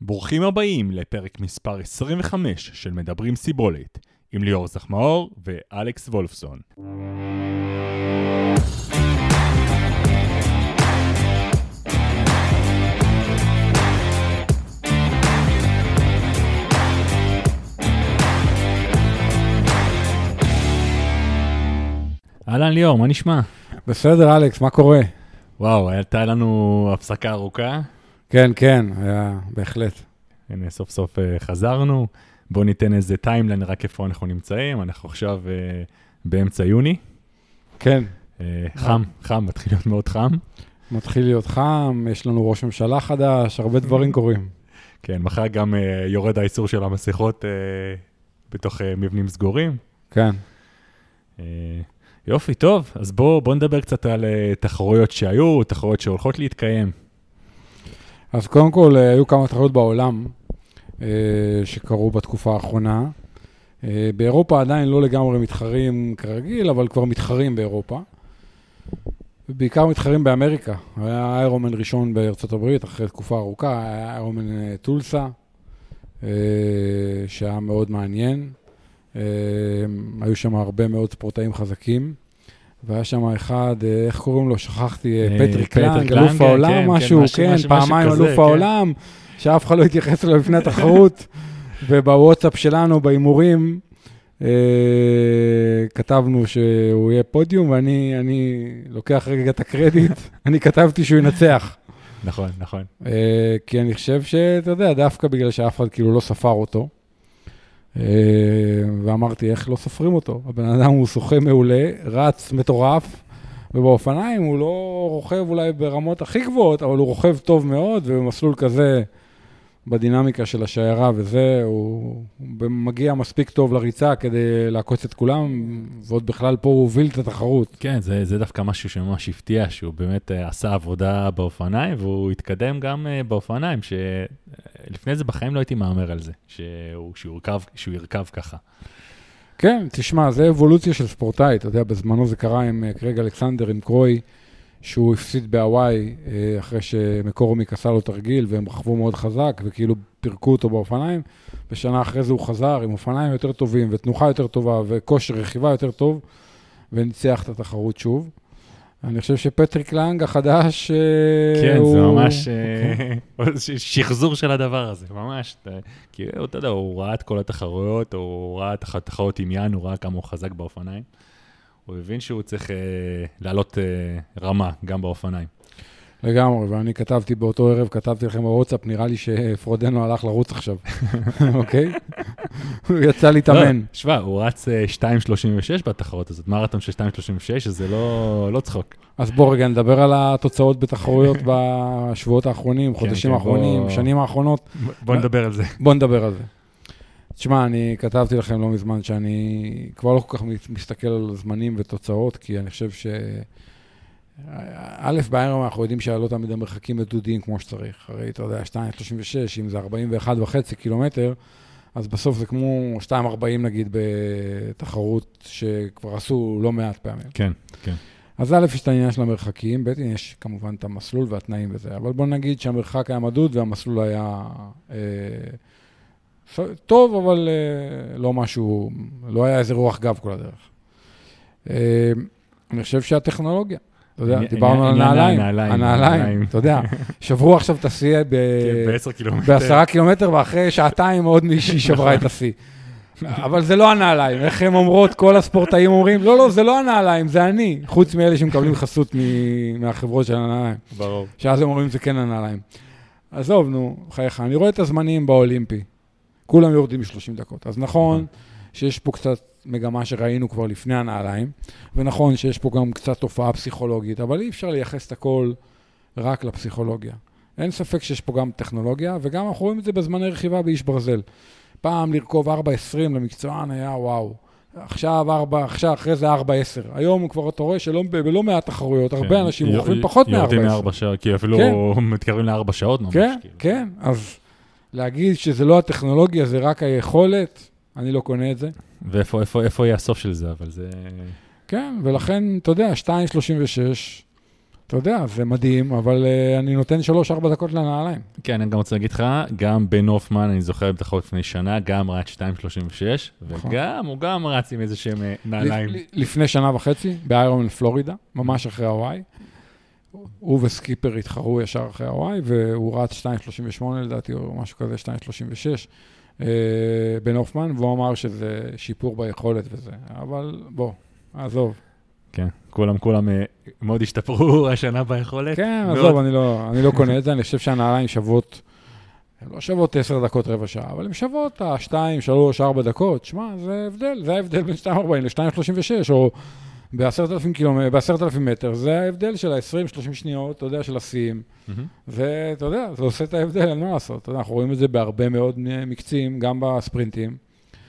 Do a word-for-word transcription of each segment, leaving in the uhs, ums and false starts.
ברוכים הבאים לפרק מספר עשרים וחמש של מדברים סיבולת, עם ליאור זחמאור ואלכס וולפסון. אהלן ליאור, מה נשמע? בסדר אלכס, מה קורה? וואו, הייתה לנו הפסקה ארוכה. כן, כן, היה בהחלט. הנה, סוף סוף חזרנו. בואו ניתן איזה טיימליין רק איפה אנחנו נמצאים. אנחנו עכשיו באמצע יוני. כן. חם, חם, מתחיל להיות מאוד חם. מתחיל להיות חם, יש לנו ראש ממשלה חדש, הרבה דברים קורים. כן, מחר גם יורד האיסור של המסכות בתוך מבנים סגורים. כן. יופי, טוב. אז בואו בוא נדבר קצת על תחרויות שהיו, תחרויות שהולכות להתקיים. אז קודם כל, היו כמה תחרויות בעולם שקרו בתקופה האחרונה. באירופה עדיין לא לגמרי מתחרים כרגיל, אבל כבר מתחרים באירופה. ובעיקר מתחרים באמריקה. היה איירומן ראשון בארצות הברית, אחרי תקופה ארוכה, היה איירומן טולסה, שהיה מאוד מעניין. היו שם הרבה מאוד ספורטאים חזקים. והיה שם אחד, איך קוראים לו? שכחתי, פטריק לנג, אלוף העולם, משהו, כן, פעמיים אלוף העולם, שאף אחד לא התייחס אליו לפני התחרות, ובוואטסאפ שלנו, באימורים, כתבנו שהוא יהיה פודיום, ואני לוקח רגע את הקרדיט, אני כתבתי שהוא ינצח. נכון, נכון. כי אני חושב שאתה יודע, דווקא בגלל שאף אחד כאילו לא ספר אותו, ואמרתי, איך לא סופרים אותו? הבן אדם הוא שוחה מעולה, רץ מטורף, ובאופניים הוא לא רוכב אולי ברמות הכי גבוהות, אבל הוא רוכב טוב מאוד, ובמסלול כזה, בדינמיקה של השיירה וזה, הוא מגיע מספיק טוב לריצה כדי לעקוץ את כולם, ועוד בכלל פה הוא הוביל את התחרות. כן, זה, זה דווקא משהו שממש הפתיע, שהוא באמת עשה עבודה באופניים, והוא התקדם גם באופניים, שלפני זה בחיים לא הייתי מאמר על זה, שהוא, שהוא, ירכב, שהוא ירכב ככה. כן, תשמע, זה אבולוציה של ספורטאי, אתה יודע, בזמנו זה קרה עם קרייג אלכסנדר, עם קרוי, שהוא הפסיד בהוואי אחרי שמקורמיק עשה לו תרגיל, והם רכבו מאוד חזק, וכאילו פירקו אותו באופניים. בשנה אחרי זה הוא חזר עם אופניים יותר טובים, ותנוחה יותר טובה, וכושר רכיבה יותר טוב, וניצח את התחרות שוב. אני חושב שפטריק לנג החדש... כן, הוא... זה ממש שחזור של הדבר הזה, ממש. כי אתה יודע, הוא ראה את כל התחרויות, הוא ראה את התחרויות עניין, הוא ראה כמה הוא חזק באופניים. הוא הבין שהוא צריך אה, לעלות אה, רמה, גם באופניים. לגמרי, ואני כתבתי באותו ערב, כתבתי לכם בוואטסאפ, נראה לי שפרודנו הלך לרוץ עכשיו. אוקיי? הוא יצא להתאמן. לא, שווה, הוא רץ אה, שתיים שלושים ושש בתחרות הזאת. מרתון של שתיים שלושים ושש, זה לא, לא צחוק. אז בוא רגע, נדבר על התוצאות בתחרויות בשבועות האחרונים, כן, חודשים כן, האחרונים, בוא... שנים האחרונות. בוא נדבר על זה. בוא נדבר על זה. תשמע, אני כתבתי לכם לא מזמן שאני כבר לא כל כך מסתכל על זמנים ותוצאות, כי אני חושב ש... א', בערב אנחנו יודעים שלא תמיד המרחקים מדודים כמו שצריך. הרי אתה יודע, שתיים שלושים ושש, אם זה ארבעים ואחת וחצי קילומטר, אז בסוף זה כמו שתיים ארבעים נגיד בתחרות שכבר עשו לא מעט פעמים. כן, כן. אז א', יש את העניין של המרחקים, ב', יש כמובן את המסלול והתנאים וזה, אבל בוא נגיד שהמרחק היה מדוד והמסלול היה... אה, טוב, אבל uh, לא משהו, לא היה איזה רוח גב כל הדרך. Uh, אני חושב שהטכנולוגיה, אתה יודע, דיברנו על הנעליים, הנעליים, אתה יודע, שברו עכשיו את השיא בעשר קילומטר. בעשרה קילומטר, ואחרי שעתיים עוד מישהי שברה את השיא. אבל זה לא הנעליים, איך הם אומרות, כל הספורטאים אומרים, לא, לא, זה לא הנעליים, זה אני, חוץ מאלה שמקבלים חסות מהחברות של הנעליים. ברור. שאז הם אומרים, זה כן הנעליים. עזוב, נו, חייך, אני רואה את הזמנים באולימפי. כולם יורדים מ-שלושים דקות. אז נכון שיש פה קצת מגמה שראינו כבר לפני הנעליים, ונכון שיש פה גם קצת תופעה פסיכולוגית, אבל אי אפשר לייחס את הכל רק לפסיכולוגיה. אין ספק שיש פה גם טכנולוגיה, וגם אנחנו רואים את זה בזמני רכיבה באיש ברזל. פעם לרכוב ארבע עשרים למקצוען היה וואו. עכשיו ארבע, עכשיו אחרי זה ארבע עשר. היום כבר אתה רואה שלא בלא מעט תחרויות, הרבה אנשים רוכבים פחות מ-ארבע עשר. יורדים מארבע שעות, כי אפילו מתקרבים לארבע שעות ממש. כן, כן, אז... להגיד שזה לא הטכנולוגיה, זה רק היכולת, אני לא קונה את זה. ואיפה איפה, איפה יהיה הסוף של זה, אבל זה... כן, ולכן, אתה יודע, שתיים שלושים ושש, אתה יודע, זה מדהים, אבל uh, אני נותן שלוש ארבע דקות לנעליים. כן, אני גם רוצה להגיד לך, גם בן הופמן, אני זוכר בתחרות לפני שנה, גם רץ שתיים שלושים ושש, נכון. וגם, הוא גם רץ עם איזה שהם נעליים. לפ, לפני שנה וחצי, באיירון פלורידה, ממש אחרי הוואי, הוא וסקיפר התחרו ישר אחרי הוואי, והוא רץ שתיים שלושים ושמונה לדעתי, או משהו כזה, שתיים שלושים ושש, אה, בן הופמן, והוא אמר שזה שיפור ביכולת וזה, אבל בוא, עזוב. כן, כולם, כולם מאוד השתפרו השנה ביכולת. כן, עזוב, אני לא, אני לא קונה את זה, אני חושב שהנעליים שוות, הן לא שוות עשר דקות רבע שעה, אבל הן שוות שתיים, שלוש, ארבע דקות, שמע, זה הבדל, זה ההבדל בין שתיים ארבעים ל-שתיים שלושים ושש, או בעשרת אלפים קילומטר, בעשרת אלפים מטר, זה ההבדל של ה-עשרים שלושים שניות, אתה יודע, של השיאים, ואתה יודע, זה עושה את ההבדל, אין מה לעשות, אתה יודע, אנחנו רואים את זה בהרבה מאוד מקצים, גם בספרינטים,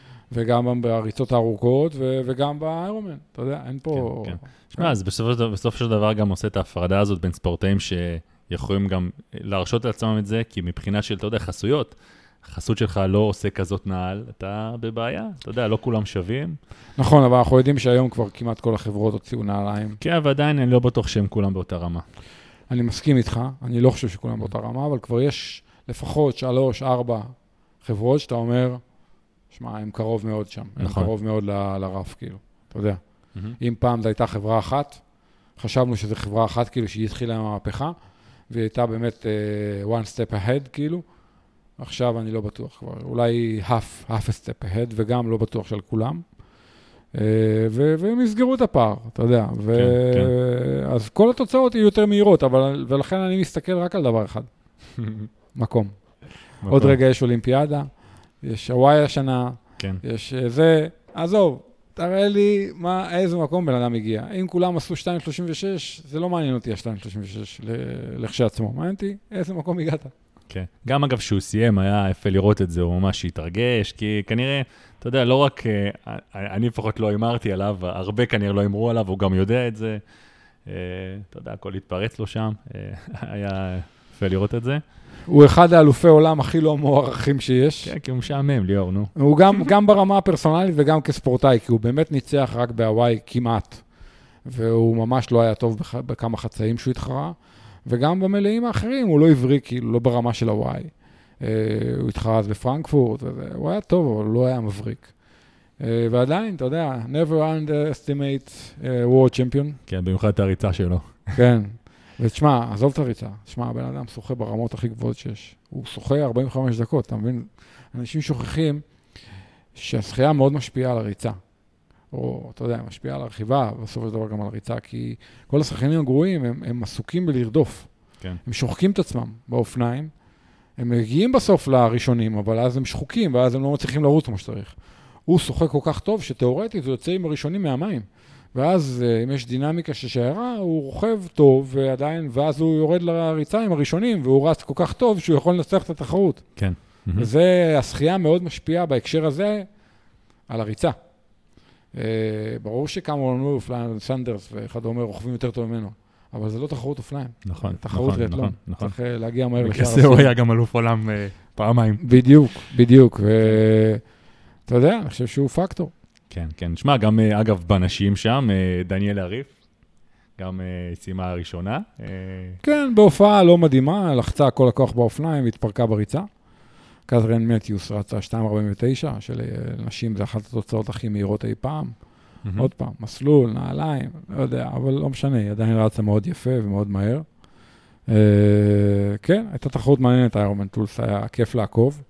וגם בריצות הארוכות, וגם באיירומן, אתה יודע, אין פה... שמע, אז בסוף של דבר גם עושה את ההפרדה הזאת בין ספורטאים שיכולים גם להרשות לעצמם את זה, כי מבחינה של, אתה יודע, חסויות, החסות שלך לא עושה כזאת נעל, אתה בבעיה, אתה יודע, לא כולם שווים. נכון, אבל אנחנו יודעים שהיום כבר כמעט כל החברות הוציאו נעליים. כן, ועדיין אני לא בטוח שהם כולם באותה רמה. אני מסכים איתך, אני לא חושב שכולם באותה רמה, אבל כבר יש לפחות שלוש, ארבע חברות שאתה אומר, שמע, הם קרוב מאוד שם, הם קרוב מאוד ל- לרף, כאילו, אתה יודע. אם פעם זו הייתה חברה אחת, חשבנו שזו חברה אחת, כאילו, שהיא התחילה עם המהפכה, והיא הייתה באמת uh, one step ahead, כאילו. עכשיו אני לא בטוח כבר, אולי half, half a step ahead, וגם לא בטוח של כולם. Uh, ו- והם יסגרו את הפער, אתה יודע. ו- כן, כן. אז כל התוצאות יהיו יותר מהירות, אבל, ולכן אני מסתכל רק על דבר אחד. מקום. מקום. עוד רגע יש אולימפיאדה, יש הוואי השנה, כן. יש זה, עזוב, תראה לי מה, איזה מקום בן אדם הגיע. אם כולם עשו שתיים שלושים ושש, זה לא מעניין אותי ה-שתיים שלושים ושש לכשעצמו. מעניין אותי איזה מקום הגעת. כן. גם אגב שהוא סיים, היה יפה לראות את זה, הוא ממש התרגש, כי כנראה, אתה יודע, לא רק, אני לפחות לא אמרתי עליו, הרבה כנראה לא אמרו עליו, הוא גם יודע את זה. אתה יודע, הכל התפרץ לו שם, היה יפה לראות את זה. הוא אחד האלופי עולם הכי לא מוערכים שיש. כן, כי הוא משעמם, ליאור, נו. הוא גם, גם ברמה הפרסונלית וגם כספורטאי, כי הוא באמת ניצח רק בהוואי כמעט, והוא ממש לא היה טוב בח... בכמה חצאים שהוא התחרה, וגם במלאים האחרים הוא לא עברי, כאילו, לא ברמה של הוואי. הוא התחרה אז בפרנקפורט, וזה, הוא היה טוב, אבל הוא לא היה מבריק. ועדיין, אתה יודע, never underestimate world champion. כן, במיוחד את הריצה שלו. כן. ותשמע, עזוב את הריצה, תשמע, הבן אדם שוחה ברמות הכי גבוהות שיש. הוא שוחה ארבעים וחמש דקות, אתה מבין? אנשים שוכחים שהשחייה מאוד משפיעה על הריצה. או, אתה יודע, משפיעה על הרכיבה, בסופו של דבר גם על הריצה, כי כל השחיינים הגרועים, הם, הם עסוקים בלרדוף. כן. הם שוחקים את עצמם באופניים, הם מגיעים בסוף לראשונים, אבל אז הם שחוקים, ואז הם לא מצליחים לרוץ כמו שצריך. הוא שוחה כל כך טוב, שתיאורטית הוא יוצא עם הראשונים מהמים. ואז אם יש דינמיקה ששיירה, הוא רוכב טוב ועדיין, ואז הוא יורד לריצה עם הראשונים, והוא רץ כל כך טוב שהוא יכול לנצח את התחרות. כן. וזה, השחייה מאוד משפיעה בהקשר הזה על הריצה. ברור שקמרון וולף, סנדרס ואחד אומר, רוכבים יותר טוב ממנו, אבל זה לא תחרות אופניים. נכון, תחרות נכון, ריאטלון. נכון. צריך להגיע מהר לשער הסיר. הוא היה גם אלוף עולם פעמיים. בדיוק, בדיוק. ואתה יודע, אני חושב שהוא פקטור. כן, כן. נשמע, גם, אגב, בנשים שם, דניאל הריף, גם סיימה הראשונה. כן, בהופעה לא מדהימה, לחצה כל הכוח באופניים, התפרקה בריצה. קתרין מתיוס רצה שתיים ארבעים ותשע, של נשים זה אחת התוצאות הכי מהירות אי פעם. עוד פעם, מסלול, נעליים, לא יודע, אבל לא משנה, היא עדיין רצה מאוד יפה ומאוד מהר. כן, הייתה תחרות מעניינת, איירון טולס, היה כיף לעקוב.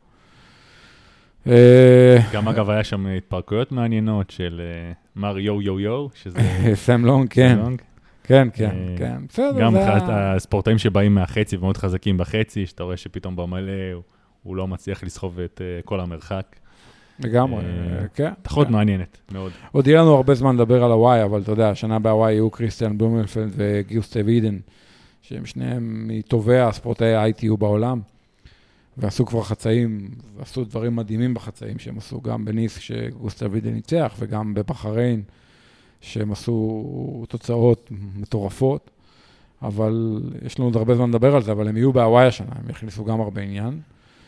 גם אגב היה שם התפרקויות מעניינות של מר יו יו יו, שזה... סם לונג, כן. כן, כן, כן. בסדר, גם הספורטאים שבאים מהחצי ומאוד חזקים בחצי, שאתה רואה שפתאום במלא הוא לא מצליח לסחוב את כל המרחק. לגמרי, כן. תחרות מעניינת, מאוד. עוד יהיה לנו הרבה זמן לדבר על הוואי, אבל אתה יודע, השנה בהוואי יהיו קריסטיאן בלומנפלד וגיוסטב אידן, שהם שניהם מטובי הספורטאי ה-איי טי יו בעולם. ועשו כבר חצאים, ועשו דברים מדהימים בחצאים שהם עשו גם בניס שגוסטב אידן ניצח, וגם בבחריין שהם עשו תוצאות מטורפות, אבל יש לנו עוד הרבה זמן לדבר על זה, אבל הם יהיו בהוואי השנה, הם יכניסו גם הרבה עניין.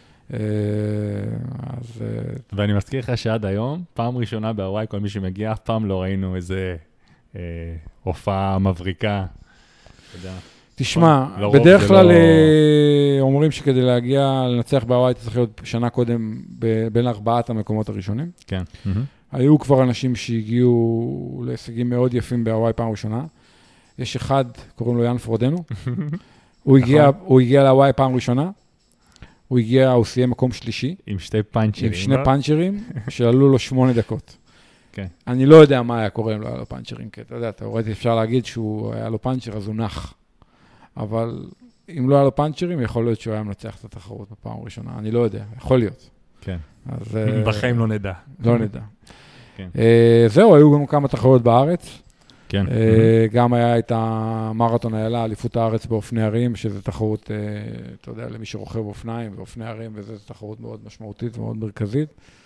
אז... ואני מזכיר לך שעד היום, פעם ראשונה בהוואי, כל מי שמגיע, אף פעם לא ראינו איזה הופעה מבריקה, אתה יודע. תשמע, לרוב בדרך זה כלל לא- אה, אומרים שכדי להגיע, לנצח בהוואי, אתה צריך להיות שנה קודם ב- בין ארבעת המקומות הראשונים. כן. מהמם. היו כבר אנשים שהגיעו להישגים מאוד יפים בהוואי פעם ראשונה. יש אחד, קוראים לו יאן פרודנו. הוא הגיע, הוא הגיע להוואי פעם ראשונה. הוא הגיע, הוא סיים מקום שלישי, עם שתי פאנצ'רים. עם שני לא? פאנצ'רים, שעלו לו שמונה דקות. כן. אני לא יודע מה היה קורה אם לא היה לו פאנצ'רים, כי אתה יודע, תאורטית אפשר להגיד שהוא היה לו פאנצ'ר, אז הוא נח. אבל אם לא היה לו פאנצ'רים, יכול להיות שהוא היה מנצח את התחרות בפעם הראשונה. אני לא יודע, יכול להיות. כן. אז אה, בחיים לא נדע. לא נדע. כן. אה, זהו, היו גם כמה תחרויות בארץ. כן. אה, גם היה את המרתון איילה, אליפות הארץ באופני ערים, שזו תחרות, אה, אתה יודע, למי שרוכב אופניים ואופני ערים, וזו תחרות מאוד משמעותית ומאוד מרכזית.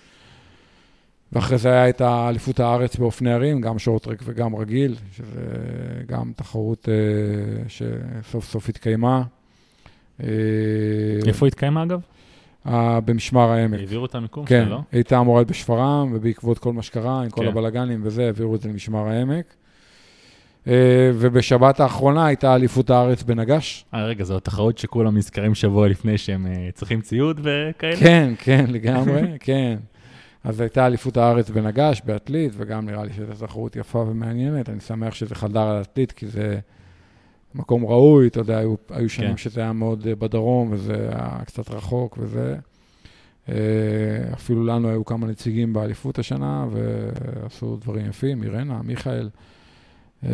ואחרי זה היה את האליפות הארץ באופני ערים, גם שורטרק וגם רגיל, שזה גם תחרות אה, שסוף סוף התקיימה. אה, איפה התקיימה אגב? אה, במשמר העמק. העבירו את המיקום כן, שלה, לא? הייתה אמורה להיות בשפרעם, ובעקבות כל מה שקרה, עם כל כן. הבלגנים וזה, העבירו את זה למשמר העמק. אה, ובשבת האחרונה הייתה אליפות הארץ בנגש. אה, רגע, זו התחרות שכולם נזכרים שבוע לפני שהם אה, צריכים ציוד וכאלה? כן, כן, לגמרי, כן. אז הייתה אליפות הארץ בנגש, באתלית, וגם נראה לי שזו תחרות יפה ומעניינת. אני שמח שזה חדר על אתלית, כי זה מקום ראוי, אתה יודע, היו, היו שנים כן. שזה היה מאוד אה, בדרום, וזה היה קצת רחוק, וזה... אה, אפילו לנו היו כמה נציגים באליפות השנה, ועשו דברים יפים, אירנה, מיכאל. אה,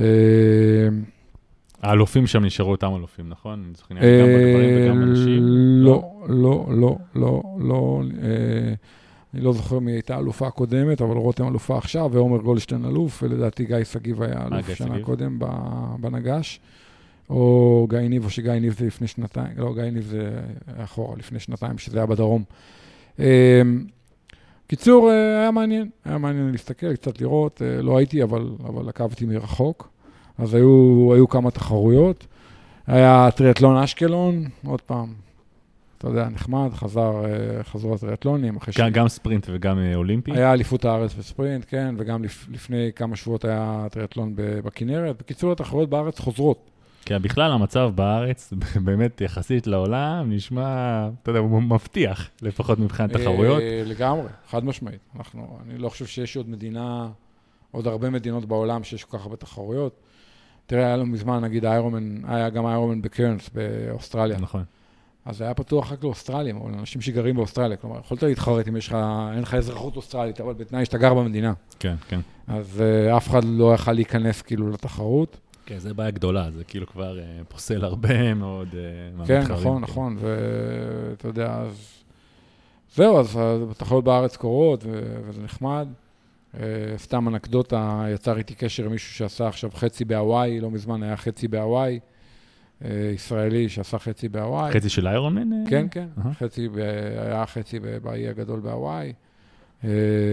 האלופים שם נשארו אותם אלופים, נכון? אני זוכר, גם אה, בגברים וגם בנשים? לא, לא, לא, לא, לא. אה, אני לא זוכר מי הייתה אלופה הקודמת, אבל רותם אלופה עכשיו, ועומר גולדשטיין אלוף, ולדעתי גיא סגיב היה אלוף גיא שנה סגיב. קודם ב- בנגש, או גיא ניב, או שגיא ניב זה לפני שנתיים, לא, גיא ניב זה אחורה, לפני שנתיים, שזה היה בדרום. אה, קיצור, אה, היה מעניין, היה מעניין להסתכל, קצת לראות, אה, לא הייתי, אבל, אבל עקבתי מרחוק, אז היו, היו כמה תחרויות, היה טריאטלון אשקלון, עוד פעם, אתה יודע, נחמד, חזר, אה, חזרו הטריאטלונים, אחרי גם- גם ספרינט וגם אה, אולימפי? היה אליפות הארץ בספרינט, כן, וגם לפ, לפני כמה שבועות היה טריאטלון ב- בכנרת. בקיצור, התחרויות בארץ חוזרות. כי בכלל המצב בארץ, באמת יחסית לעולם, נשמע, אתה יודע, הוא מבטיח, לפחות מבחינת תחרויות. אה, לגמרי, חד משמעית. אנחנו, אני לא חושב שיש עוד מדינה, עוד הרבה מדינות בעולם שיש כל כך הרבה תחרויות. תראה, היה לו מזמן, נגיד, איירומן, היה גם איירומן בקרנס באוסטרליה. נכון. אז היה פתוח רק לאוסטרלים, או לאנשים שגרים באוסטרליה. כלומר, יכולת להתחרט אם יש לך, אין לך אזרחות אוסטרלית, אבל בתנאי שאתה גר במדינה. כן, כן. אז uh, אף אחד לא יכל להיכנס כאילו לתחרות. כן, זה בעיה גדולה, זה כאילו כבר אה, פוסל הרבה מאוד אה, כן, מהמתחרים. נכון, נכון, ואתה יודע, אז... זהו, אז התחרות בארץ קורות, ו- וזה נחמד. Uh, סתם אנקדוטה, יצר איתי קשר עם מישהו שעשה עכשיו חצי בהוואי, לא מזמן היה חצי בהוואי, uh, ישראלי שעשה חצי בהוואי. חצי של איירונמן? אה? כן, כן, אהה. חצי, ב- היה חצי ב- באי הגדול בהוואי. Uh,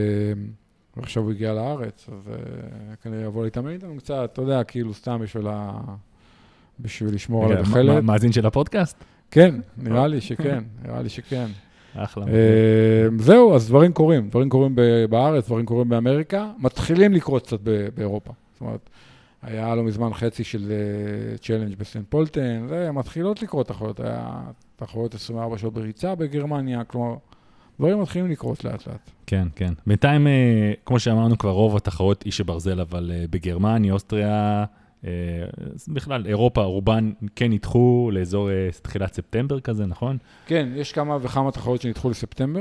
ועכשיו הוא הגיע לארץ, אז uh, כנראה יבוא להתאמן איתנו קצת, אתה יודע, כאילו סתם בשביל, ה... בשביל לשמור על רגע, הגחלת. מה- מאזין של הפודקאסט? כן, נראה לי שכן, נראה לי שכן. אחלה. Uh, זהו, אז דברים קורים, דברים קורים ב- בארץ, דברים קורים באמריקה, מתחילים לקרות קצת ב- באירופה. זאת אומרת, היה לא מזמן חצי של צ'לנג' בסנט פולטן, זה מתחילות לקרות תחרויות, היה תחרויות עשרים וארבע שעות בריצה בגרמניה, כלומר, דברים מתחילים לקרות לאט לאט. כן, כן. בינתיים, אה, כמו שאמרנו כבר, רוב התחרות איש הברזל, אבל אה, בגרמניה, אוסטריה, אה, בכלל, אירופה, רובן כן נדחו לאזור אה, תחילת ספטמבר כזה, נכון? כן, יש כמה וכמה תחרויות שנדחו לספטמבר,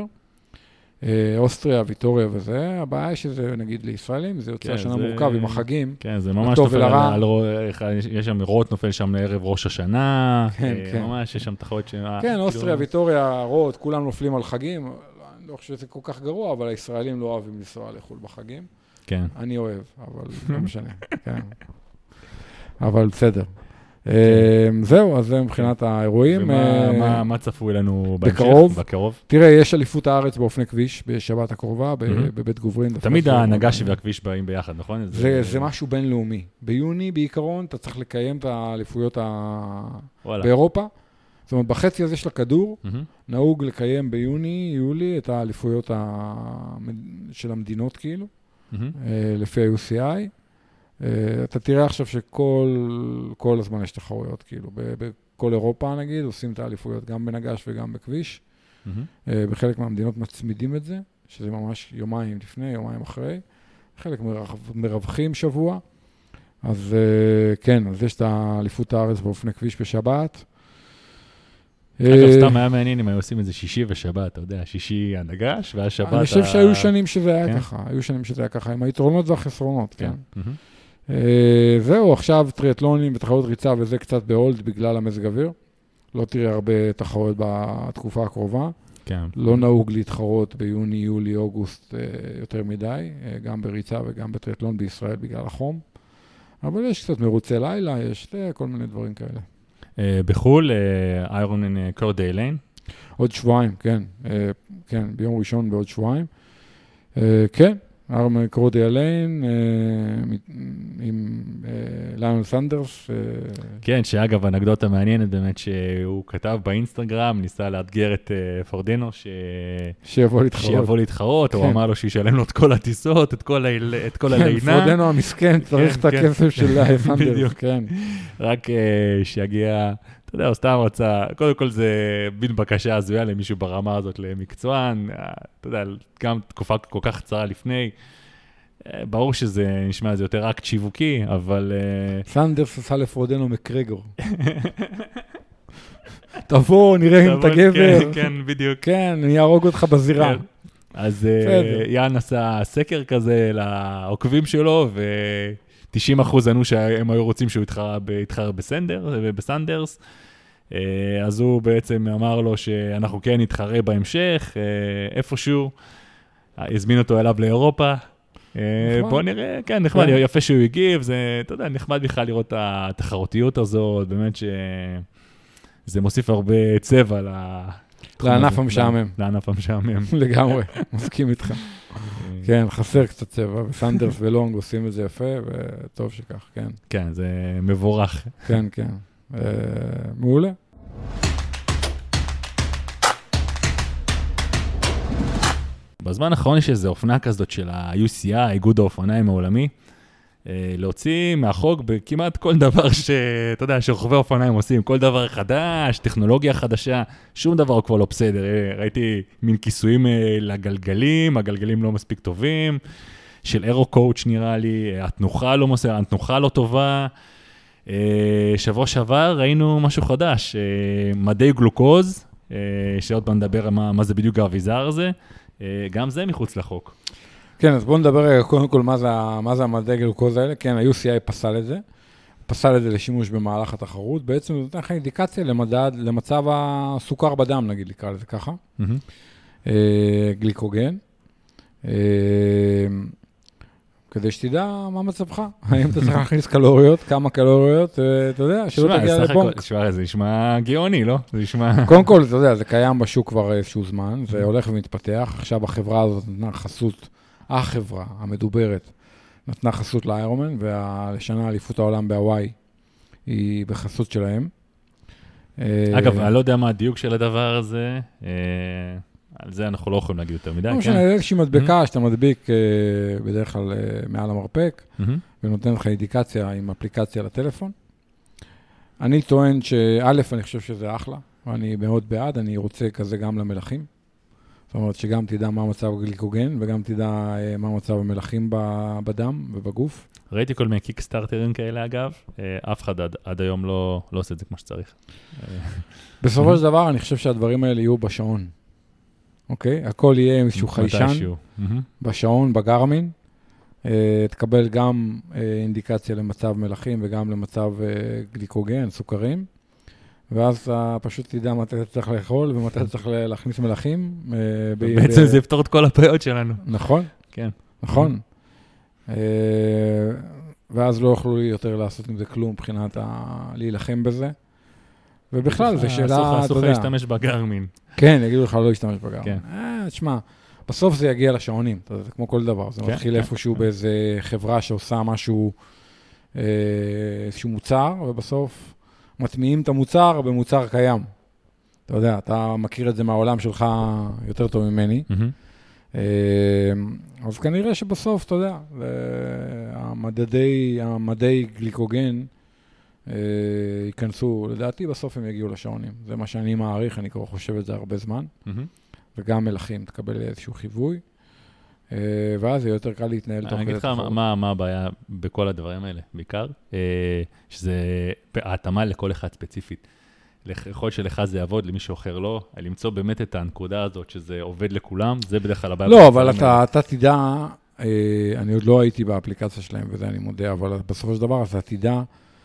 אה, אוסטריה, ויטוריה וזה, הבעיה היא שזה, נגיד, לישראלים, זה יוצא כן, השנה זה- מורכב עם החגים. כן, זה ממש לטוב נופל על, ולרע. על, על, יש שם רוט נופל שם לערב ראש השנה, כן, אה, כן. ממש יש שם תחרות ש... כן, אוסטריה, ויטוריה, רוט, כולם נופלים על חגים, אני לא חושב שזה כל כך גרוע, אבל הישראלים לא אוהבים לנסוע לחו"ל בחגים. כן. אני אוהב, אבל לא משנה, כן. אבל בסדר. זהו, אז זה מבחינת האירועים. ומה מה, מה צפוי לנו בהמשך? בקרוב? בקרוב? תראה, יש אליפות הארץ באופני כביש בשבת הקרובה, ב- מהמם. בבית גוברין. תמיד ההנגש והכביש באים ביחד, נכון? זה, זה משהו בינלאומי. ביוני, בעיקרון, אתה צריך לקיים את האליפויות ה... וואלה. באירופה. זאת אומרת, בחצי הזה של הכדור, מהמם. נהוג לקיים ביוני, יולי, את האליפויות ה... של המדינות, כאילו, מהמם. אה, לפי ה-יו סי איי. אתה תראה עכשיו שכל הזמן יש תחרויות, כאילו, בכל אירופה נגיד, עושים את האליפויות גם בנגש וגם בכביש. בחלק מהמדינות מצמידים את זה, שזה ממש יומיים לפני, יומיים אחרי. חלק מרווחים שבוע. אז כן, אז יש את האליפות הארץ באופני כביש בשבת. אגב, סתם היה מעניין אם היו עושים את זה שישי ושבת, אתה יודע, שישי הנגש, והשבת... אני חושב שהיו שנים שזה היה ככה, היו שנים שזה היה ככה, עם היתרונות והחסרונות, כן. זהו, עכשיו טריאטלונים ותחרות ריצה, וזה קצת בהולד בגלל המזג אוויר. לא תראה הרבה תחרות בתקופה הקרובה. לא נהוג להתחרות ביוני, יולי, אוגוסט יותר מדי, גם בריצה וגם בטריאטלון בישראל בגלל החום. אבל יש קצת מרוצי לילה, יש כל מיני דברים כאלה. בחול, איירון קורדי ליין? עוד שבועיים, כן. כן, ביום ראשון בעוד שבועיים. כן, איירון קורדי ליין עם ליון סנדרס. כן, שאגב, אנקדוטה מעניינת באמת שהוא כתב באינסטגרם, ניסה לאתגר את פורדינו, שיבוא להתחרות. שיבוא להתחרות, הוא אמר לו שישלם לו את כל הטיסות, את כל הלינה. פורדינו המסכן, צריך את הכסף של סנדרס, כן. רק שיגיע, אתה יודע, הוא סתם רצה, קודם כל זה בין בקשה הזויה למישהו ברמה הזאת למקצוען, אתה יודע, גם תקופה כל כך קצרה לפני, ברור שזה נשמע זה יותר אקט שיווקי, אבל... סנדרס עשה לפורדינו מקרגור. תבוא, נראה אם אתה גבר. כן, כן, בדיוק. כן, אני ארוג אותך בזירה. אז יאן עשה סקר כזה לעוקבים שלו, ו-תשעים אחוז ענו שהם היו רוצים שהוא יתחר בסנדרס. אז הוא בעצם אמר לו שאנחנו כן נתחרה בהמשך, איפשהו, הזמין אותו אליו לאירופה. בוא נראה, כן, נחמד, יפה שהוא הגיב, זה, אתה יודע, נחמד בכלל לראות את התחרותיות הזאת, באמת שזה מוסיף הרבה צבע לענף המשעמם. לענף המשעמם. לגמרי, מסכים איתך. כן, חסר קצת צבע, וסנדרס ולונג עושים את זה יפה, וטוב שכך, כן. כן, זה מבורך. כן, כן. מעולה. בזמן האחרון יש איזו אופנה כזאת של ה-יו סי איי, איגוד האופניים העולמי, להוציא מהחוק בכמעט כל דבר שאתה יודע, שרוכבי אופניים עושים, כל דבר חדש, טכנולוגיה חדשה, שום דבר כבר לא בסדר. ראיתי מין כיסויים לגלגלים, הגלגלים לא מספיק טובים, של אירו-קואוץ' נראה לי, התנוחה לא מוסר, התנוחה לא טובה. שבוע שעבר ראינו משהו חדש, מדי גלוקוז, שעוד פעם נדבר מה, מה זה בדיוק האביזר הזה, גם זה מחוץ לחוק. כן, אז בואו נדבר רגע קודם כל מה זה, מה זה המדי גלוקוז האלה. כן, ה-יו סי איי פסל את זה, פסל את זה לשימוש במהלך התחרות, בעצם זה נותן לך אינדיקציה למדד, למצב הסוכר בדם, נגיד, לקרוא לזה ככה, mm-hmm. גליקוגן, כדי שתדע מה מצבך, האם אתה צריך להכניס קלוריות, כמה קלוריות, אתה יודע, שלא תגיע לבונק. תשמע, זה נשמע גאוני, לא? זה נשמע... קודם כל, אתה יודע, זה קיים בשוק כבר איזשהו זמן, זה הולך ומתפתח, עכשיו החברה הזאת נתנה חסות, החברה המדוברת, נתנה חסות לאיירומן, ולשנה אליפות העולם בהוואי היא בחסות שלהם. אגב, אני לא יודע מה הדיוק של הדבר הזה, על זה אנחנו לא יכולים להגיד יותר מדי. לא משנה, איזושהי מדבקה שאתה מדביק בדרך כלל מעל המרפק, ונותן לך אינדיקציה עם אפליקציה לטלפון. אני טוען שא', אני חושב שזה אחלה, ואני מאוד בעד, אני רוצה כזה גם למלחים. זאת אומרת שגם תדע מה מצב הגליקוגן, וגם תדע מה מצב המלחים בדם ובגוף. ראיתי כל מיני קיקסטארטרים כאלה אגב, אף אחד עד, עד היום לא, לא עושה את זה כמו שצריך. בסופו של דבר, אני חושב שהדברים האלה יהיו בשעון. אוקיי? הכל יהיה עם איזשהו חיישן, בשעון, בגרמין. תקבל גם אינדיקציה למצב מלחים וגם למצב גליקוגן, סוכרים. ואז אתה פשוט תדע מתי אתה צריך לאכול ומתי אתה צריך להכניס מלחים. בעצם זה יפתור את כל הפעיות שלנו. נכון. כן. נכון. ואז לא יוכלו יותר לעשות עם זה כלום מבחינת להילחם בזה. ובכלל, זו שאלה, אסור לך להשתמש בגרמין. כן, יגידו לך לא להשתמש בגרמין. אה, תשמע, בסוף זה יגיע לשעונים, זה כמו כל דבר. זה מתחיל איפשהו באיזה חברה שעושה משהו, איזשהו מוצר, ובסוף מטמיעים את המוצר במוצר קיים. אתה יודע, אתה מכיר את זה מהעולם שלך יותר טוב ממני. אז כנראה שבסוף, אתה יודע, המדדי, המדדי גליקוגן ייכנסו, לדעתי בסוף הם יגיעו לשעונים. זה מה שאני מעריך, אני כבר חושב את זה הרבה זמן. וגם מלחים, תקבל איזשהו חיווי. ואז זה יותר קל להתנהל תוך כדי תחרות. אני אגיד לך מה הבעיה בכל הדברים האלה, בעיקר, שזה ההתאמה לכל אחד ספציפית. יכול להיות שלך זה יעבוד, למישהו אחר לא, למצוא באמת את הנקודה הזאת שזה עובד לכולם, זה בדרך כלל הבעיה. לא, אבל אתה, אתה תדע, אני עוד לא הייתי באפליקציה שלהם, וזה אני מודה, אבל בסופו של דבר אתה תדע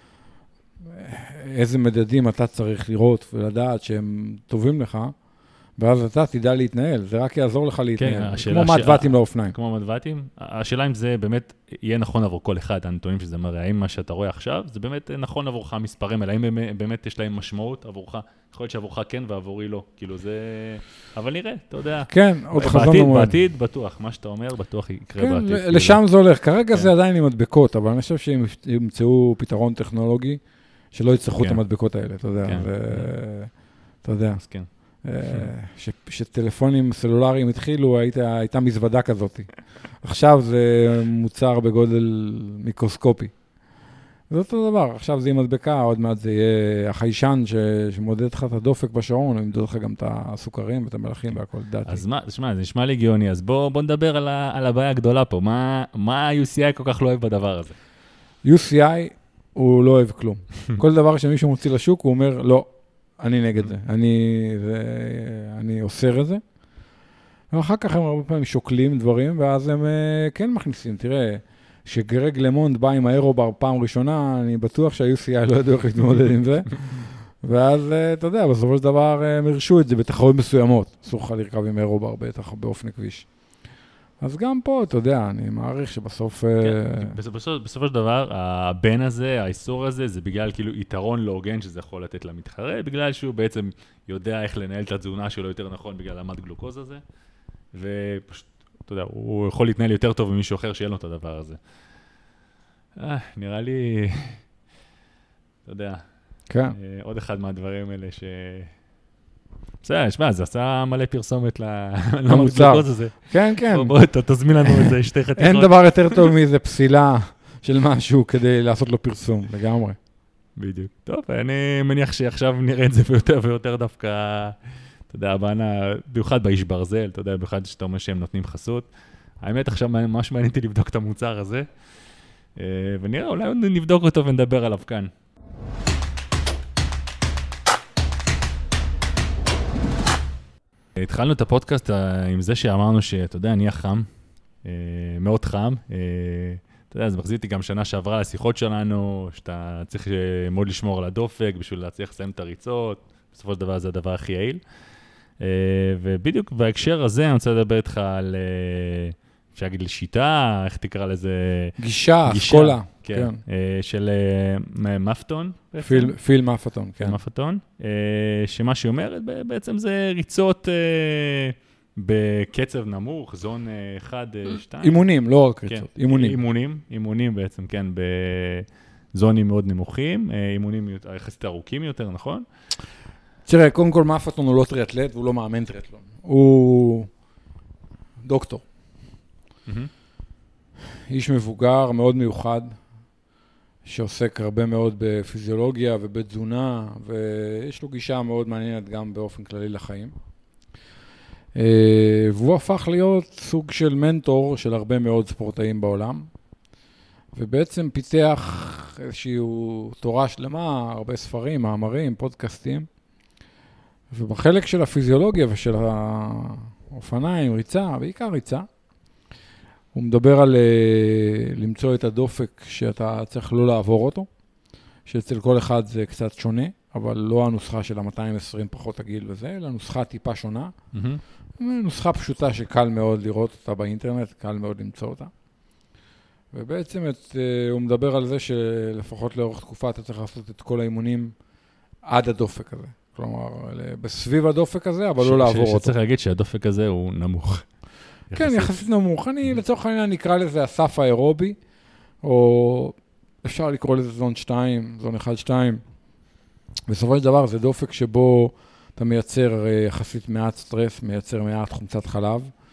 איזה מדדים אתה צריך לראות ולדעת שהם טובים לך, ואז אתה תדע להתנהל, זה רק יעזור לך להתנהל, כן, כמו מדוותים לאופניים. כמו מדוותים, השאלה אם זה באמת יהיה נכון עבור כל אחד, הנתונים שזה מראה, האם מה שאתה רואה עכשיו, זה באמת נכון עבורך המספרים האלה, האם באמת יש להם משמעות עבורך, יכול להיות שעבורך כן ועבורי לא, כאילו זה, אבל נראה, אתה יודע. כן, עוד חזון מאוד. בעתיד, בטוח, מה שאתה אומר, בטוח יקרה בעתיד. כן, לשם זה הולך, כרגע זה עדיין עם מדבקות, אבל אני חושב שהם ימצאו פתרון טכנולוגי, שלא יצטרכו את המדבקות האלה, אתה יודע, אתה יודע. כן. שטלפונים סלולריים התחילו, הייתה מזוודה כזאת. עכשיו זה מוצר בגודל מיקרוסקופי. זה אותו דבר, עכשיו זה יהיה מדבקה, עוד מעט זה יהיה החיישן שמודד לך את הדופק בשעון, הוא ימדוד לך גם את הסוכרים ואת המלחים והכל, דעתי. אז מה, תשמע, זה נשמע לי גאוני, אז בוא נדבר על הבעיה הגדולה פה, מה ה-יו סי איי כל כך לא אוהב בדבר הזה? יו סי איי הוא לא אוהב כלום. כל דבר שמישהו מוציא לשוק, הוא אומר, לא, אני נגד זה, אני, זה, אני אוסר את זה. ואחר כך הם הרבה פעמים שוקלים דברים, ואז הם כן מכניסים. תראה, שגרג למונד בא עם האירובר פעם ראשונה, אני בטוח שה-יו סי איי לא ידעו איך להתמודד עם זה. ואז, אתה יודע, בסופו של דבר הם הרשו את זה בתחרות מסוימות. אסור לך לרכב עם אירובר בטח באופן כביש. אז גם פה, אתה יודע, אני מעריך שבסוף... בסופו של דבר, הבן הזה, האיסור הזה, זה בגלל כאילו יתרון לא הוגן שזה יכול לתת למתחרה, בגלל שהוא בעצם יודע איך לנהל את התזונה שלו יותר נכון בגלל המד גלוקוז הזה, ופשוט, אתה יודע, הוא יכול להתנהל יותר טוב ממישהו אחר שיהיה לו את הדבר הזה. נראה לי, אתה יודע, עוד אחד מהדברים האלה ש... בסדר, נשמע, זה עשה מלא פרסומת למוצר הזה. כן, כן. בוא, תזמין לנו איזה שתי חתיכות. אין דבר יותר טוב מאיזה פסילה של משהו כדי לעשות לו פרסום, לגמרי. בדיוק. טוב, אני מניח שעכשיו נראה את זה ויותר ויותר דווקא, אתה יודע, במיוחד באיש ברזל, אתה יודע, במיוחד שאתה אומר שהם נותנים חסות. האמת, עכשיו ממש מעניינתי לבדוק את המוצר הזה, ונראה, אולי נבדוק אותו ונדבר עליו כאן. התחלנו את הפודקאסט עם זה שאמרנו שאתה יודע, נהיה חם, מאוד חם. אתה יודע, אז מחזיתי גם שנה שעברה לשיחות שלנו, שאתה צריך מאוד לשמור על הדופק בשביל להצליח לסיים את הריצות, בסופו של דבר זה הדבר הכי יעיל. ובדיוק בהקשר הזה אני רוצה לדבר איתך על, אפשר להגיד לשיטה, איך תקרא לזה? גישה, אסכולה. כן, של מפטון. פיל מפטון, כן. מפטון, שמה שהיא אומרת בעצם זה ריצות בקצב נמוך, זון אחד, שתיים. אימונים, לא רק ריצות, אימונים. אימונים, אימונים בעצם, כן, בזונים מאוד נמוכים, אימונים יחסית ארוכים יותר, נכון? תראה, קודם כל מפטון הוא לא טריאטלט והוא לא מאמן טריאטלון. הוא דוקטור. איש מבוגר, מאוד מיוחד. שעוסק הרבה מאוד בפיזיולוגיה ובתזונה, ויש לו גישה מאוד מעניינת גם באופן כללי לחיים. והוא הפך להיות סוג של מנטור של הרבה מאוד ספורטאים בעולם, ובעצם פיתח איזושהי תורה שלמה, הרבה ספרים, מאמרים, פודקאסטים, ובחלק של הפיזיולוגיה ושל האופניים, ריצה, בעיקר ריצה, הוא מדבר על למצוא את הדופק שאתה צריך לא לעבור אותו, שאצל כל אחד זה קצת שונה, אבל לא הנוסחה של ה-מאתיים ועשרים פחות הגיל וזה, אלא נוסחה טיפה שונה. Mm-hmm. נוסחה פשוטה שקל מאוד לראות אותה באינטרנט, קל מאוד למצוא אותה. ובעצם את, הוא מדבר על זה שלפחות לאורך תקופה אתה צריך לעשות את כל האימונים עד הדופק הזה. כלומר, בסביב הדופק הזה, אבל ש- לא לעבור ש- אותו. שצריך להגיד שהדופק הזה הוא נמוך. כן, יחסית נמוך. אני לצורך העניין נקרא לזה הסף האירובי, או אפשר לקרוא לזה זון שתיים, זון אחד שתיים. בסופו של דבר זה דופק שבו אתה מייצר יחסית מעט סטרס, מייצר מעט חומצת חלב,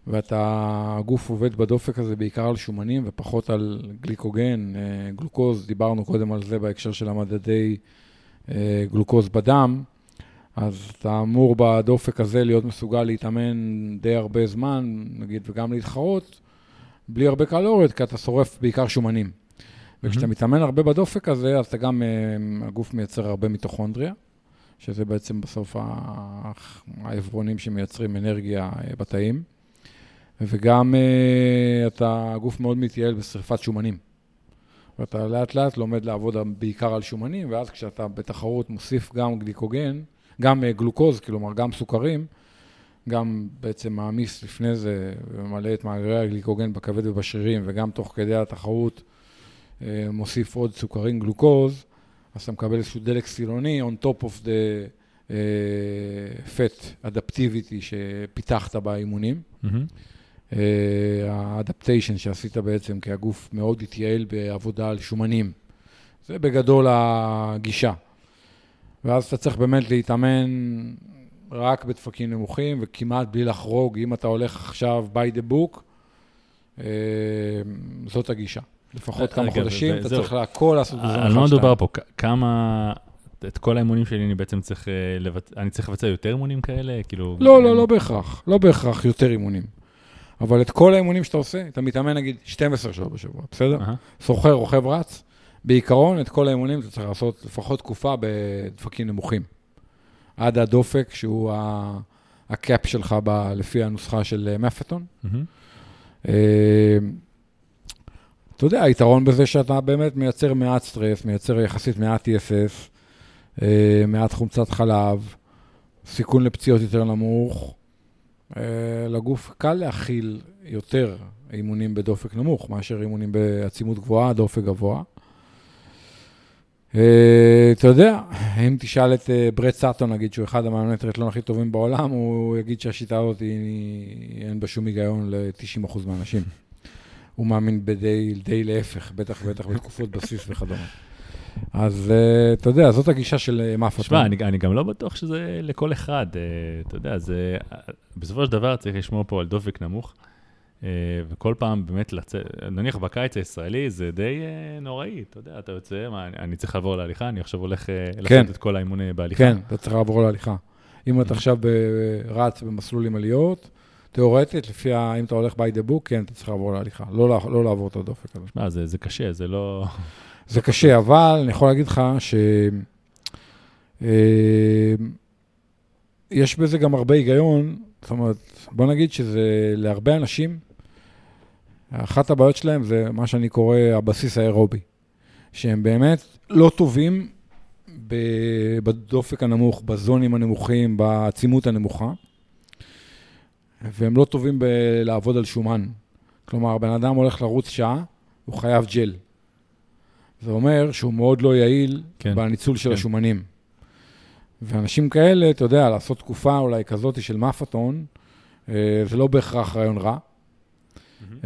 ואתה, הגוף עובד בדופק הזה בעיקר על שומנים ופחות על גליקוגן, גלוקוז, דיברנו קודם על זה בהקשר של המדדי גלוקוז בדם, אז אתה אמור בדופק הזה להיות מסוגל להתאמן די הרבה זמן, נגיד, וגם להתחרות, בלי הרבה קלוריות, כי אתה שורף בעיקר שומנים. וכשאתה מתאמן הרבה בדופק הזה, אז אתה גם, הגוף מייצר הרבה מיטוכונדריה, שזה בעצם בסוף העברונים שמייצרים אנרגיה בתאים, וגם אתה, הגוף מאוד מתייעל בשריפת שומנים. ואתה לאט לאט לומד לעבוד בעיקר על שומנים, ואז כשאתה בתחרות מוסיף גם גליקוגן, גם גלוקוז, כלומר גם סוכרים, גם בעצם מעמיס לפני זה, ומלא את מאגרי הגליקוגן בכבד ובשרירים, וגם תוך כדי התחרות מוסיף עוד סוכרים גלוקוז, אז אתה מקבל איזשהו דלק סילוני, on top of the uh, fat adaptivity שפיתחת באימונים. Mm-hmm. Uh, האדפטיישן שעשית בעצם, כי הגוף מאוד התייעל בעבודה על שומנים. זה בגדול הגישה. ואז אתה צריך באמת להתאמן רק בדפקים נמוכים, וכמעט בלי לחרוג, אם אתה הולך עכשיו by the book, uh, זאת הגישה. לפחות כמה חודשים, אתה צריך להכל לעשות בזמן אחד. על מה מדובר פה? כמה, את כל האימונים שלי אני בעצם צריך, אני צריך לבצע יותר אימונים כאלה? לא, לא, לא בהכרח. לא בהכרח יותר אימונים. אבל את כל האימונים שאתה עושה, אתה מתאמן נגיד שתים עשרה שעות בשבוע, בסדר? סוחר, רוכב, רץ. בעיקרון, את כל האימונים אתה צריך לעשות לפחות תקופה בדפקים נמוכים. עד הדופק, שהוא הקאפ שלך לפי הנוסחה של מפתון. אתה יודע, היתרון בזה שאתה באמת מייצר מעט סטרס, מייצר יחסית מעט טי אס אס, מעט חומצת חלב, סיכון לפציעות יותר נמוך, לגוף קל להכיל יותר אימונים בדופק נמוך, מאשר אימונים בעצימות גבוהה, דופק גבוה. אתה יודע, אם תשאל את ברד סאטון, נגיד שהוא אחד המאמני טריאתלון הכי טובים בעולם, הוא יגיד שהשיטה הזאת אין בה שום היגיון ל-תשעים אחוז מהאנשים. הוא מאמין בדי, די להפך, בטח בטח בתקופות בסיס וכדומה. אז אתה יודע, זאת הגישה של מפתון. שמע, אני, אני גם לא בטוח שזה לכל אחד. אתה יודע, זה, בסופו של דבר צריך לשמור פה על דופק נמוך, וכל פעם באמת לצאת, נניח בקיץ הישראלי זה די נוראי, אתה יודע, אתה יוצא, מה, אני צריך לעבור להליכה, אני עכשיו הולך כן. לעשות את כל האימון בהליכה. כן, אתה צריך לעבור להליכה. אם אתה עכשיו רץ במסלול עם עליות, תיאורטית, לפי ה... אם אתה הולך by the book, כן, אתה צריך לעבור להליכה. לא, לא לעבור את הדופק הזה. מה, זה, זה קשה, זה לא... זה קשה, אבל אני יכול להגיד לך ש... יש בזה גם הרבה היגיון, זאת אומרת, בוא נגיד שזה להרבה אנשים, אחת הבעיות שלהם זה מה שאני קורא הבסיס האירובי, שהם באמת לא טובים בדופק הנמוך, בזונים הנמוכים, בעצימות הנמוכה, והם לא טובים בלעבוד על שומן. כלומר, בן אדם הולך לרוץ שעה, הוא חייב ג'ל. זה אומר שהוא מאוד לא יעיל כן. בניצול של כן. השומנים. ואנשים כאלה, אתה יודע, לעשות תקופה אולי כזאת של מפתון, זה לא בהכרח רעיון רע. Mm-hmm.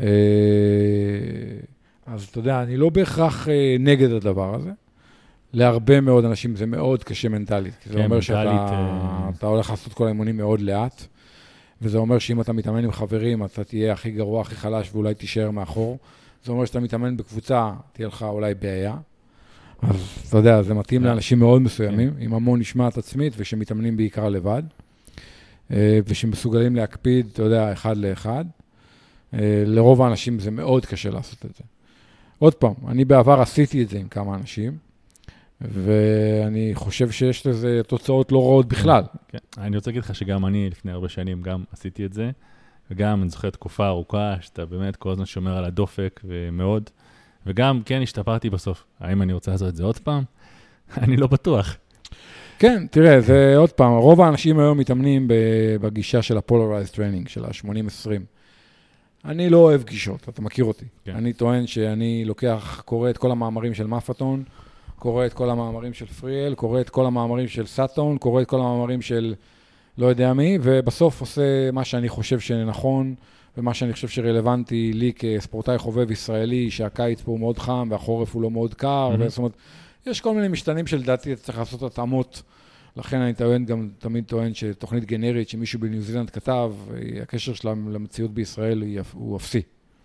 אז אתה יודע, אני לא בהכרח נגד הדבר הזה. להרבה מאוד אנשים זה מאוד קשה מנטלית. כי זה כן, אומר שאתה אתה הולך לעשות כל האימונים מאוד לאט, וזה אומר שאם אתה מתאמן עם חברים, אתה תהיה הכי גרוע, הכי חלש, ואולי תישאר מאחור. זה אומר שאתה מתאמן בקבוצה, תהיה לך אולי בעיה. אז אתה יודע, זה מתאים לאנשים מאוד מסוימים, עם המון נשמעת עצמית, ושמתאמנים בעיקר לבד, ושמסוגלים להקפיד, אתה יודע, אחד לאחד. לרוב האנשים זה מאוד קשה לעשות את זה. עוד פעם, אני בעבר עשיתי את זה עם כמה אנשים, ואני חושב שיש לזה תוצאות לא רעות בכלל. כן. אני רוצה להגיד לך שגם אני לפני הרבה שנים גם עשיתי את זה, וגם אני זוכר תקופה ארוכה, שאתה באמת כל הזמן שומר על הדופק ומאוד, וגם כן השתפרתי בסוף. האם אני רוצה לעשות את זה עוד פעם? אני לא בטוח. כן, תראה, זה עוד פעם, רוב האנשים היום מתאמנים בגישה של ה-polarized training, של ה-שמונים עשרים. אני לא אוהב גישות, אתה מכיר אותי. כן. אני טוען שאני לוקח, קורא את כל המאמרים של מפתון, קורא את כל המאמרים של פריאל, קורא את כל המאמרים של סאטון, קורא את כל המאמרים של לא יודע מי, ובסוף עושה מה שאני חושב שנכון, ומה שאני חושב שרלוונטי לי כספורטאי חובב ישראלי, שהקיץ פה הוא מאוד חם, והחורף הוא לא מאוד קר, mm-hmm. זאת אומרת, יש כל מיני משתנים שלדעתי צריך לעשות התאמות לכן אני טוען, גם תמיד טוען שתוכנית גנרית שמישהו בניו זילנד כתב, הקשר שלה למציאות בישראל הוא אפסי.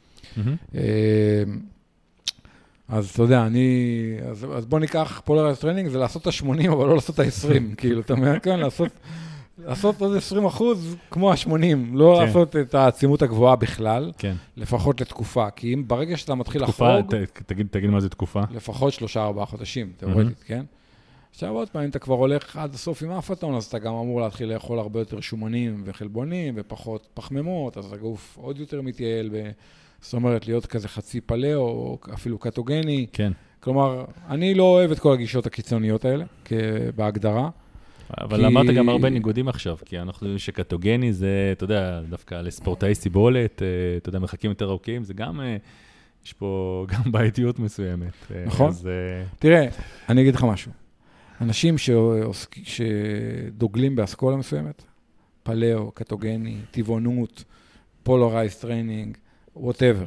אז אתה יודע, אני, אז, אז בוא ניקח פולרייז טריינינג, זה לעשות את ה-שמונים, אבל לא לעשות את ה-עשרים, כאילו, אתה אומר כאן, לעשות, לעשות עוד עשרים אחוז כמו ה-שמונים, לא כן. לעשות את העצימות הגבוהה בכלל, כן. לפחות לתקופה, כי אם ברגע שאתה מתחיל תקופה, לחרוג, ת, תגיד, תגיד מה זה תקופה. לפחות שלושה, ארבעה חודשים, תיאורטית, mm-hmm. כן? עכשיו עוד פעם, אם אתה כבר הולך עד הסוף עם האפטון, אז אתה גם אמור להתחיל לאכול הרבה יותר שומנים וחלבונים, ופחות פחמימות, אז הגוף עוד יותר מתייעל ב... זאת אומרת, להיות כזה חצי פלא, או אפילו קטוגני. כן. כלומר, אני לא אוהב את כל הגישות הקיצוניות האלה, בהגדרה. אבל כי... אמרת גם הרבה ניגודים עכשיו, כי אנחנו יודעים שקטוגני זה, אתה יודע, דווקא לספורטאי סיבולת, אתה יודע, מרחקים יותר ארוכים, זה גם, יש פה גם בעייתיות מסוימת. נכון. אז... תראה, אני אגיד לך משהו. אנשים שעוסק... שדוגלים באסכולה מסוימת, פלאו, קטוגני, טבעונות, פולרייז טריינינג, whatever.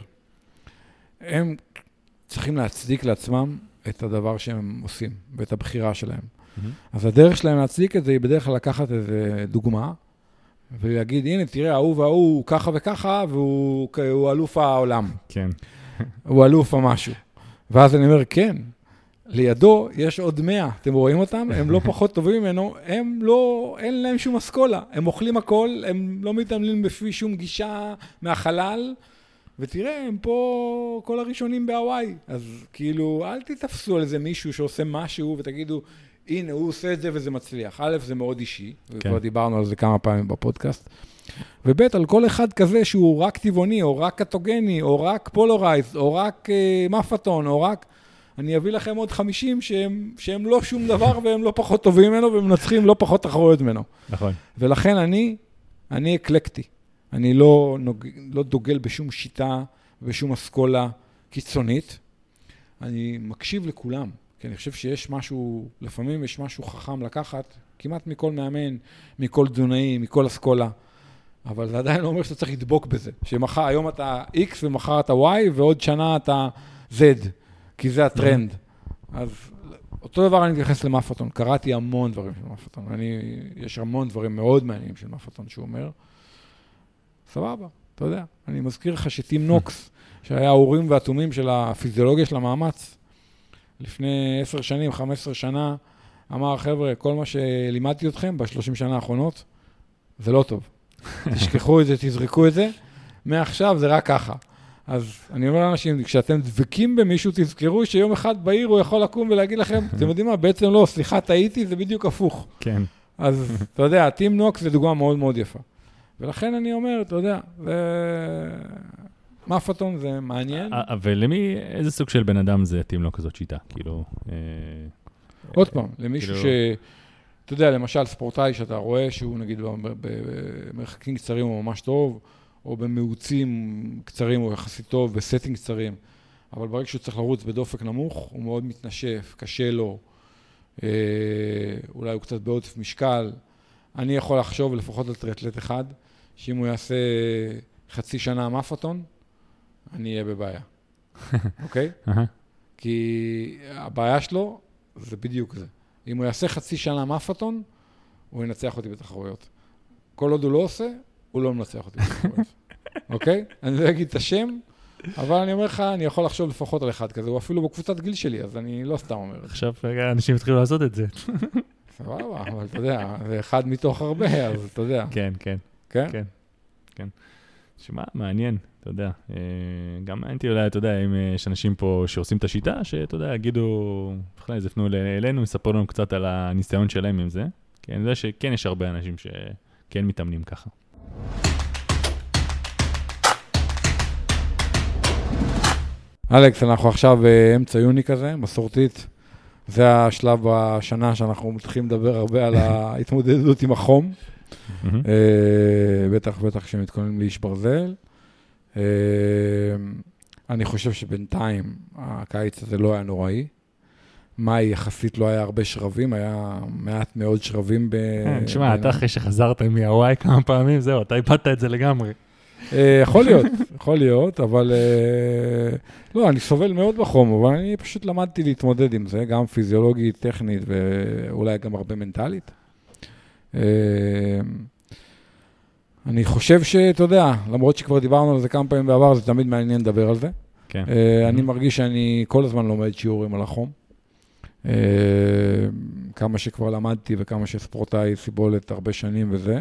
הם צריכים להצדיק לעצמם את הדבר שהם עושים, ואת הבחירה שלהם. Mm-hmm. אז הדרך שלהם להצדיק את זה היא בדרך כלל לקחת איזו דוגמה, ולהגיד, הנה, תראה, ההוא וההוא ככה וככה, והוא הוא אלוף העולם. כן. הוא אלוף המשהו. ואז אני אומר, כן, לידו יש עוד מאה. אתם רואים אותם? הם לא פחות טובים ממנו, הם לא, אין להם שום אסכולה. הם אוכלים הכל, הם לא מתעמלים בפי שום גישה מהחלל, ותראה, הם פה כל הראשונים בהוואי. אז כאילו, אל תתפסו על איזה מישהו שעושה משהו ותגידו, הנה, הוא עושה את זה וזה מצליח. א', זה מאוד אישי, כן. וכבר דיברנו על זה כמה פעמים בפודקאסט. וב', על כל אחד כזה שהוא רק טבעוני, או רק קטוגני, או רק פולורייז, או רק אה, מפתון, או רק... אני אביא לכם עוד חמישים שהם, שהם לא שום דבר והם לא פחות טובים ממנו, והם מנצחים לא פחות תחרויות ממנו. נכון. ולכן אני, אני אקלקטי. אני לא, נוג... לא דוגל בשום שיטה, בשום אסכולה קיצונית. אני מקשיב לכולם, כי אני חושב שיש משהו, לפעמים יש משהו חכם לקחת, כמעט מכל מאמן, מכל תזונאי, מכל אסכולה, אבל זה עדיין לא אומר שאתה צריך לדבוק בזה, שמחר, היום אתה X ומחר אתה Y, ועוד שנה אתה Z, כי זה הטרנד. אז אותו דבר אני מתייחס למפתון, קראתי המון דברים של מפתון, אני, יש המון דברים מאוד מעניינים של מפתון שהוא אומר, סבבה, אתה יודע, אני מזכיר לך שטים נוקס, שהיה האורים והתומים של הפיזיולוגיה של המאמץ, לפני עשר שנים, חמש עשרה שנה, אמר, חבר'ה, כל מה שלימדתי אתכם בשלושים שנה האחרונות, זה לא טוב. תשכחו את זה, תזרקו את זה, מעכשיו זה רק ככה. אז אני אומר לאנשים, כשאתם דבקים במישהו, תזכרו שיום אחד בעיר הוא יכול לקום ולהגיד לכם, אתם יודעים מה, בעצם לא, סליחה, טעיתי, זה בדיוק הפוך. כן. אז אתה יודע, טים נוקס זה דוגמה מאוד מאוד יפה. ולכן אני אומר, אתה יודע, זה... מפתון זה מעניין. ולמי, איזה סוג של בן אדם זה טים נוקס זאת שיטה? כאילו... עוד פעם, למישהו ש... אתה יודע, למשל ספורטאי שאתה רואה שהוא נגיד במרחקים קצרים הוא ממש טוב, או במאוצים קצרים הוא יחסית טוב, בסטינג קצרים, אבל ברגע שהוא צריך לרוץ בדופק נמוך, הוא מאוד מתנשף, קשה לו, אולי הוא קצת בעודף משקל. אני יכול לחשוב לפחות על טריאטלט אחד, שאם הוא יעשה חצי שנה מפתון, אני אהיה בבעיה. אוקיי? כי הבעיה שלו זה בדיוק זה. אם הוא יעשה חצי שנה מפתון, הוא ינצח אותי בתחרויות. כל עוד הוא לא עושה, הוא לא מנצח אותי בתחרויות. אוקיי? אני לא אגיד את השם, אבל אני אומר לך, אני יכול לחשוב לפחות על אחד כזה, הוא אפילו בקבוצת גיל שלי, אז אני לא סתם אומר. עכשיו אנשים התחילו לעשות את זה. סבבה, אבל אתה יודע, זה אחד מתוך הרבה, אז אתה יודע. כן, כן. כן? כן, כן. שמה, מעניין, אתה יודע. גם מעניינתי אולי, אתה יודע, אם יש אנשים פה שעושים את השיטה, שאתה יודע, יגידו, בכלל, יזפנו אלינו, יספרו לנו קצת על הניסיון שלהם עם זה. כי אני יודע שכן יש הרבה אנשים שכן מתאמנים ככה. אלכס, אנחנו עכשיו באמצע יוני כזה, מסורתית. זה השלב בשנה שאנחנו מתחילים לדבר הרבה על ההתמודדות עם החום. בטח, בטח שמתכוננים לאיש ברזל. אני חושב שבינתיים הקיץ הזה לא היה נוראי. מאי יחסית לא היה הרבה שרבים, היה מעט מאוד שרבים. תשמע, אתה אחרי שחזרת מהוואי כמה פעמים, זהו, אתה איבדת את זה לגמרי. יכול להיות, יכול להיות, אבל לא, אני סובל מאוד בחום, אבל אני פשוט למדתי להתמודד עם זה, גם פיזיולוגית, טכנית ואולי גם הרבה מנטלית. אני חושב שאתה יודע, למרות שכבר דיברנו על זה כמה פעמים בעבר, זה תמיד מעניין לדבר על זה. כן. אני מרגיש שאני כל הזמן לומד שיעורים על החום. כמה שכבר למדתי וכמה שספורטאי סיבולת הרבה שנים וזה.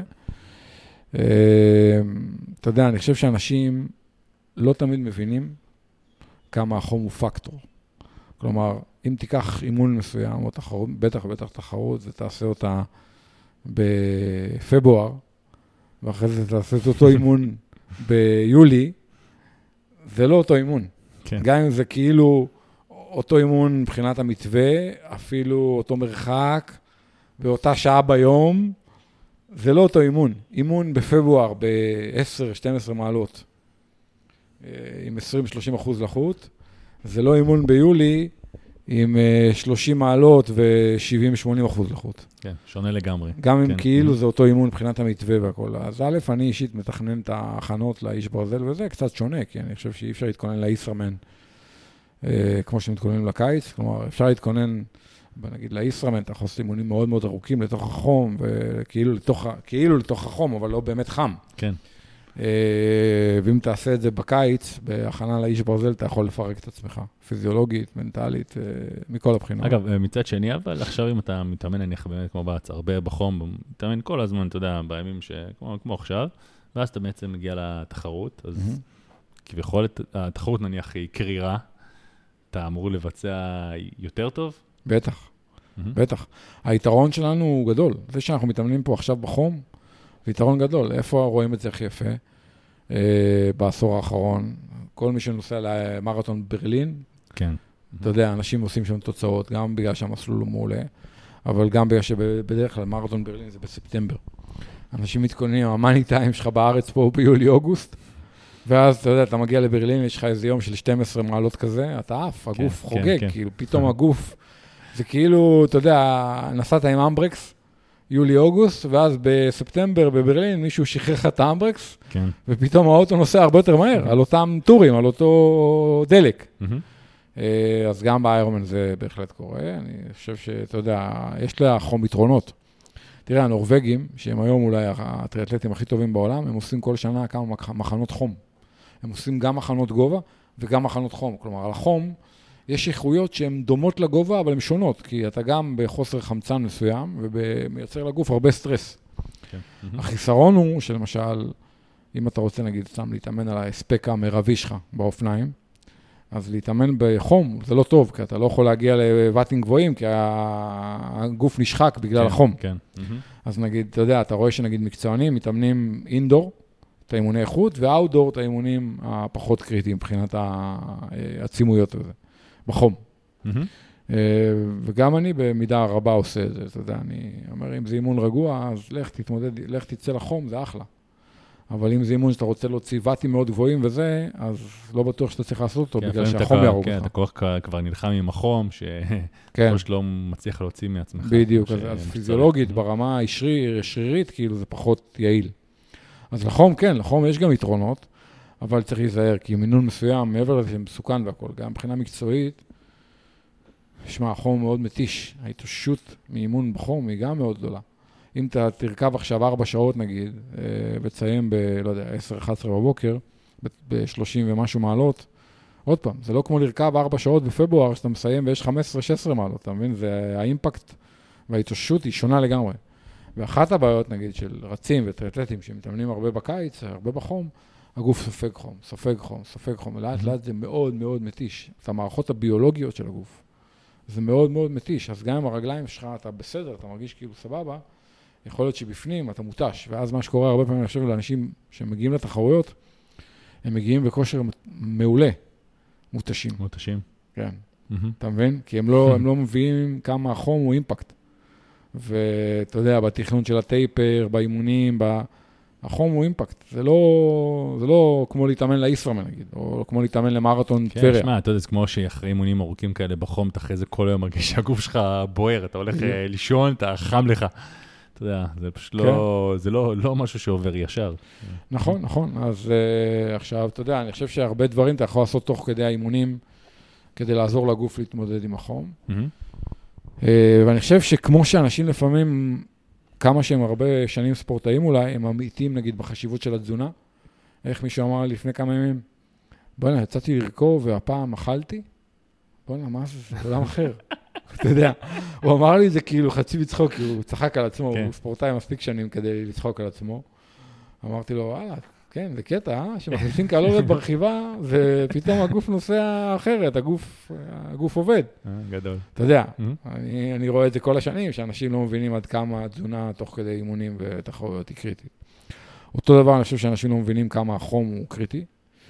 אתה יודע, אני חושב שאנשים לא תמיד מבינים כמה החום הוא פקטור. כלומר, אם תיקח אימון מסוים או תחרות, בטח ובטח תחרות, ותעשה אותה בפברואר, ואחרי זה תעשה את אותו אימון ביולי, זה לא אותו אימון. כן. גם אם זה כאילו אותו אימון מבחינת המתווה, אפילו אותו מרחק, באותה שעה ביום, זה לא אותו אימון. אימון בפברואר ב-עשר שתים עשרה מעלות, עם עשרים שלושים אחוז לחות, זה לא אימון ביולי עם שלושים מעלות ו-שבעים שמונים אחוז לחות. כן, שונה לגמרי. גם אם כן. כאילו זה אותו אימון מבחינת המתווה והכל. אז א', אני אישית מתכנן את ההכנות לאיש ברזל, וזה קצת שונה, כי אני חושב שאי אפשר להתכונן לאיסרמן, כמו שמתכוננים לקיץ. כלומר, אפשר להתכונן, נגיד לאיסרמן, אתה יכול לעשות אימונים מאוד מאוד ארוכים לתוך החום, וכאילו לתוך, כאילו לתוך החום, אבל לא באמת חם. כן. ואם תעשה את זה בקיץ, בהכנה לאיש ברזל, אתה יכול לפרק את עצמך, פיזיולוגית, מנטלית, מכל הבחינות. אגב, מצד שני, אבל עכשיו אם אתה מתאמן, אני באמת כמו באץ, הרבה בחום, מתאמן כל הזמן, אתה יודע, בימים שכמו, כמו עכשיו, ואז אתה בעצם מגיע לתחרות, אז כביכול התחרות נניח היא קרירה, אתה אמור לבצע יותר טוב? בטח, בטח. היתרון שלנו הוא גדול. זה שאנחנו מתאמנים פה עכשיו בחום, זה יתרון גדול. איפה רואים את זה הכי יפה? אה, בעשור האחרון, כל מי שנוסע למרתון ברלין, כן. אתה יודע, אנשים עושים שם תוצאות, גם בגלל שהמסלול הוא מעולה, אבל גם בגלל שבדרך כלל מרתון ברלין זה בספטמבר. אנשים מתכוננים, המאני טיים שלך בארץ פה ביולי-אוגוסט, ואז אתה יודע, אתה מגיע לברלין, יש לך איזה יום של שתים עשרה מעלות כזה, אתה עף, הגוף כן, חוגג, כן, כאילו פתאום הגוף, זה כאילו, אתה יודע, נסעת עם אמברקס, יולי-אוגוסט, ואז בספטמבר בברלין מישהו שחרר לך את האמברקס, כן. ופתאום האוטו נוסע הרבה יותר מהר, על אותם טורים, על אותו דלק. אז גם באיירמן זה בהחלט קורה. אני חושב שאתה יודע, יש לה חום יתרונות. תראה, הנורווגים, שהם היום אולי הטריאטלטים הכי טובים בעולם, הם עושים כל שנה כמה מחנות חום. הם עושים גם מחנות גובה וגם מחנות חום. כלומר, על החום יש איכויות שהן דומות לגובה, אבל הן שונות, כי אתה גם בחוסר חמצן מסוים, ומייצר לגוף הרבה סטרס. כן. החיסרון הוא שלמשל, אם אתה רוצה נגיד סתם להתאמן על ההספק המרבי שלך באופניים, אז להתאמן בחום זה לא טוב, כי אתה לא יכול להגיע לוואטים גבוהים, כי הגוף נשחק בגלל כן, החום. כן. אז נגיד, אתה יודע, אתה רואה שנגיד מקצוענים מתאמנים אינדור, את האימוני איכות, ואוטדור את האימונים הפחות קריטיים, מבחינת העצימויות הזה, בחום. וגם אני במידה רבה עושה את זה, אתה יודע, אני אומר, אם זה אימון רגוע, אז לך תתמודד, לך תצא לחום, זה אחלה. אבל אם זה אימון שאתה רוצה להוציא ואטים מאוד גבוהים וזה, אז לא בטוח שאתה צריך לעשות אותו, בגלל שהחום ירוג לך. כן, אתה כבר נלחם עם החום, שפשוט לא מצליח להוציא מעצמך. בדיוק, אז פיזיולוגית, ברמה השרירית, כאילו זה פחות יעיל. אז לחום, כן, לחום יש גם יתרונות, אבל צריך להיזהר, כי מינון מסוים, מעבר לזה מסוכן והכל, גם מבחינה מקצועית, שמע, החום מאוד מתיש. ההתאוששות מאימון בחום היא גם מאוד גדולה. אם אתה תרכב עכשיו ארבע שעות נגיד, ותסיים ב, לא יודע, עשר אחת עשרה בבוקר, ב-שלושים ומשהו מעלות, עוד פעם, זה לא כמו לרכב ארבע שעות בפברואר, שאתה מסיים ויש חמש עשרה שש עשרה מעלות, אתה מבין? זה האימפקט וההתאוששות היא שונה לגמרי. ואחת הבעיות, נגיד, של רצים וטריאטלטים שמתאמנים הרבה בקיץ, הרבה בחום, הגוף סופג חום, סופג חום, סופג חום, לאט לאט זה מאוד מאוד מתיש. את המערכות הביולוגיות של הגוף. זה מאוד מאוד מתיש, אז גם עם הרגליים שלך אתה בסדר, אתה מרגיש כאילו סבבה, יכול להיות שבפנים אתה מותש, ואז מה שקורה הרבה פעמים, אני חושב לאנשים שמגיעים לתחרויות, הם מגיעים בכושר מעולה, מותשים. מותשים. כן, אתה מבין? כי הם לא, הם לא מביאים כמה החום הוא אימפקט. ואתה יודע, בתכנון של הטייפר, באימונים, החום הוא אימפקט. זה לא, זה לא כמו להתאמן לאיסרמן, נגיד, או כמו להתאמן למרתון טבריה. כן, שמע, אתה יודע, זה כמו שאחרי אימונים ארוכים כאלה בחום, אתה אחרי זה כל היום מרגיש שהגוף שלך בוער, אתה הולך לישון, אתה חם לך. אתה יודע, זה פשוט לא, זה לא, לא משהו שעובר ישר. נכון, נכון. אז עכשיו, אתה יודע, אני חושב שהרבה דברים אתה יכול לעשות תוך כדי האימונים, כדי לעזור לגוף להתמודד עם החום. ואני חושב שכמו שאנשים לפעמים כמה שהם הרבה שנים ספורטאים אולי, הם אמיתיים נגיד בחשיבות של התזונה. איך מישהו אמר לפני כמה ימים, בוא'נה, יצאתי לרכוב והפעם אכלתי, בוא'נה, מה זה? זה עולם אחר. אתה יודע, הוא אמר לי זה כאילו חצי בצחוק, כי הוא צחק על עצמו, הוא ספורטאי מספיק שנים כדי לצחוק על עצמו. אמרתי לו, וואלה, כן, זה קטע, אה? שמכניסים קלוריות ברכיבה, ופתאום הגוף נוסע אחרת, הגוף, הגוף עובד. גדול. אתה יודע, אני, אני רואה את זה כל השנים, שאנשים לא מבינים עד כמה התזונה תוך כדי אימונים ותחרויות היא קריטית. אותו דבר, אני חושב שאנשים לא מבינים כמה החום הוא קריטי,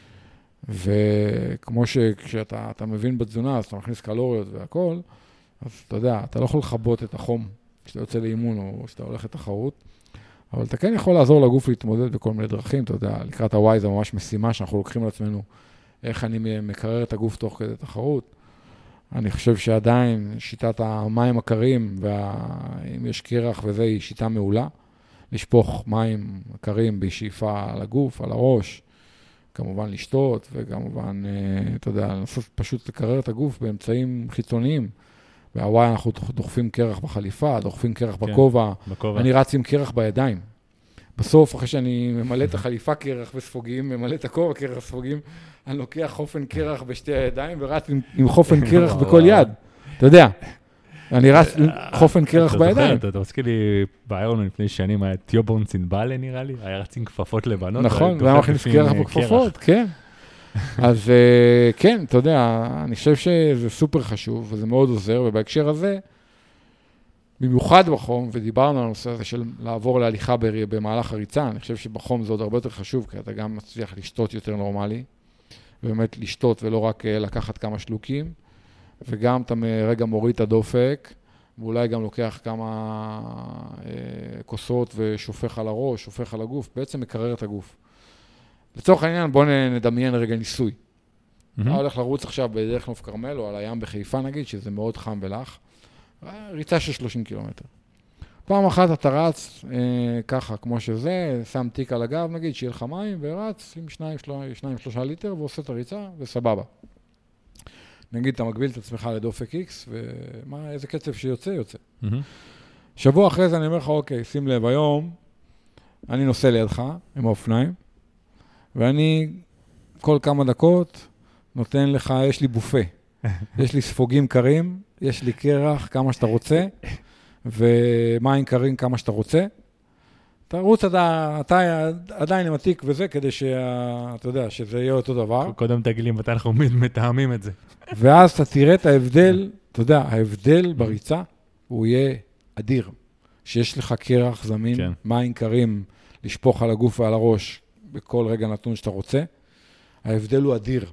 וכמו שכשאתה אתה מבין בתזונה, אז אתה מכניס קלוריות והכל, אז אתה יודע, אתה לא יכול לחבות את החום כשאתה יוצא לאימון או כשאתה הולך לתחרות, אבל אתה כן יכול לעזור לגוף להתמודד בכל מיני דרכים, אתה יודע, לקראת הוואי זה ממש משימה שאנחנו לוקחים על עצמנו, איך אני מקרר את הגוף תוך כדי תחרות. אני חושב שעדיין שיטת המים הקרים, ואם יש קרח וזה, היא שיטה מעולה, לשפוך מים קרים בשאיפה על הגוף, על הראש, כמובן לשתות, וכמובן, אתה יודע, לנסות פשוט לקרר את הגוף באמצעים חיצוניים. בהוואי אנחנו דוחפים קרח בחליפה, דוחפים קרח כן, בכובע. בכובע. אני רץ עם קרח בידיים. בסוף, אחרי שאני ממלא את החליפה קרח וספוגים, ממלא את הכובע קרח וספוגים, אני לוקח חופן קרח בשתי הידיים ורץ עם, עם חופן קרח בכל יד. אתה יודע, אני רץ עם חופן קרח בידיים. אתה מזכיר לי, באיירון לפני שנים היה טיובורן צינבאלה נראה לי, היה רץ עם כפפות לבנות. נכון, והיה מכניס קרח בכפפות, כן. אז כן, אתה יודע, אני חושב שזה סופר חשוב, וזה מאוד עוזר, ובהקשר הזה, במיוחד בחום, ודיברנו על הנושא הזה של לעבור להליכה במהלך הריצה, אני חושב שבחום זה עוד הרבה יותר חשוב, כי אתה גם מצליח לשתות יותר נורמלי, ובאמת לשתות ולא רק לקחת כמה שלוקים, וגם אתה רגע מוריד את הדופק, ואולי גם לוקח כמה כוסות ושופך על הראש, שופך על הגוף, בעצם מקרר את הגוף. לצורך העניין, בואו נדמיין רגע ניסוי. אתה הולך לרוץ עכשיו בדרך נוף כרמל, או על הים בחיפה נגיד, שזה מאוד חם ולח, ריצה של שלושים קילומטר. פעם אחת אתה רץ אה, ככה, כמו שזה, שם תיק על הגב נגיד, שיהיה לך מים, ורץ עם שניים, שניים, שלושה ליטר, ועושה את הריצה, וסבבה. נגיד, אתה מגביל את עצמך לדופק X, ומה, איזה קצב שיוצא, יוצא. שבוע אחרי זה אני אומר לך, אוקיי, שים לב, היום אני נוסע לידך עם האופניים, ואני כל כמה דקות נותן לך, יש לי בופה, יש לי ספוגים קרים, יש לי קרח כמה שאתה רוצה, ומים קרים כמה שאתה רוצה. תרוץ אתה, אתה עדיין עם התיק וזה, כדי שאתה יודע, שזה יהיה אותו דבר. קודם תגילים, מתי אנחנו מתאמים את זה. ואז אתה תראה את ההבדל, אתה יודע, ההבדל בריצה, הוא יהיה אדיר. שיש לך קרח זמין, כן. מים קרים, לשפוך על הגוף ועל הראש, בכל רגע נתון שאתה רוצה, ההבדל הוא אדיר.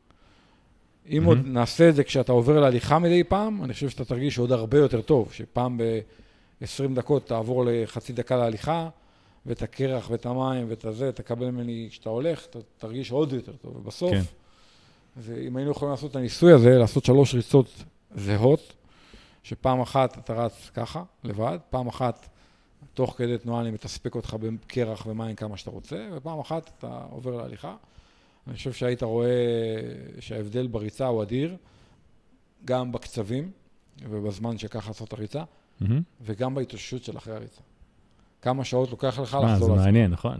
אם mm-hmm. עוד נעשה את זה כשאתה עובר להליכה מדי פעם, אני חושב שאתה תרגיש עוד הרבה יותר טוב, שפעם ב-עשרים דקות תעבור לחצי דקה להליכה, ואת הקרח ואת המים ואת הזה, תקבל ממני כשאתה הולך, אתה תרגיש עוד יותר טוב. ובסוף, כן. זה, אם היינו יכולים לעשות את הניסוי הזה, לעשות שלוש ריצות זהות, שפעם אחת אתה רץ ככה, לבד, פעם אחת תוך כדי תנועה אני מתספק אותך בקרח ומים כמה שאתה רוצה, ופעם אחת אתה עובר להליכה. אני חושב שהיית רואה שההבדל בריצה הוא אדיר, גם בקצבים ובזמן שככה לעשות הריצה, mm-hmm. וגם בהתאוששות של אחרי הריצה. כמה שעות לוקח לך לחזור לעצמך. זה מעניין, נכון.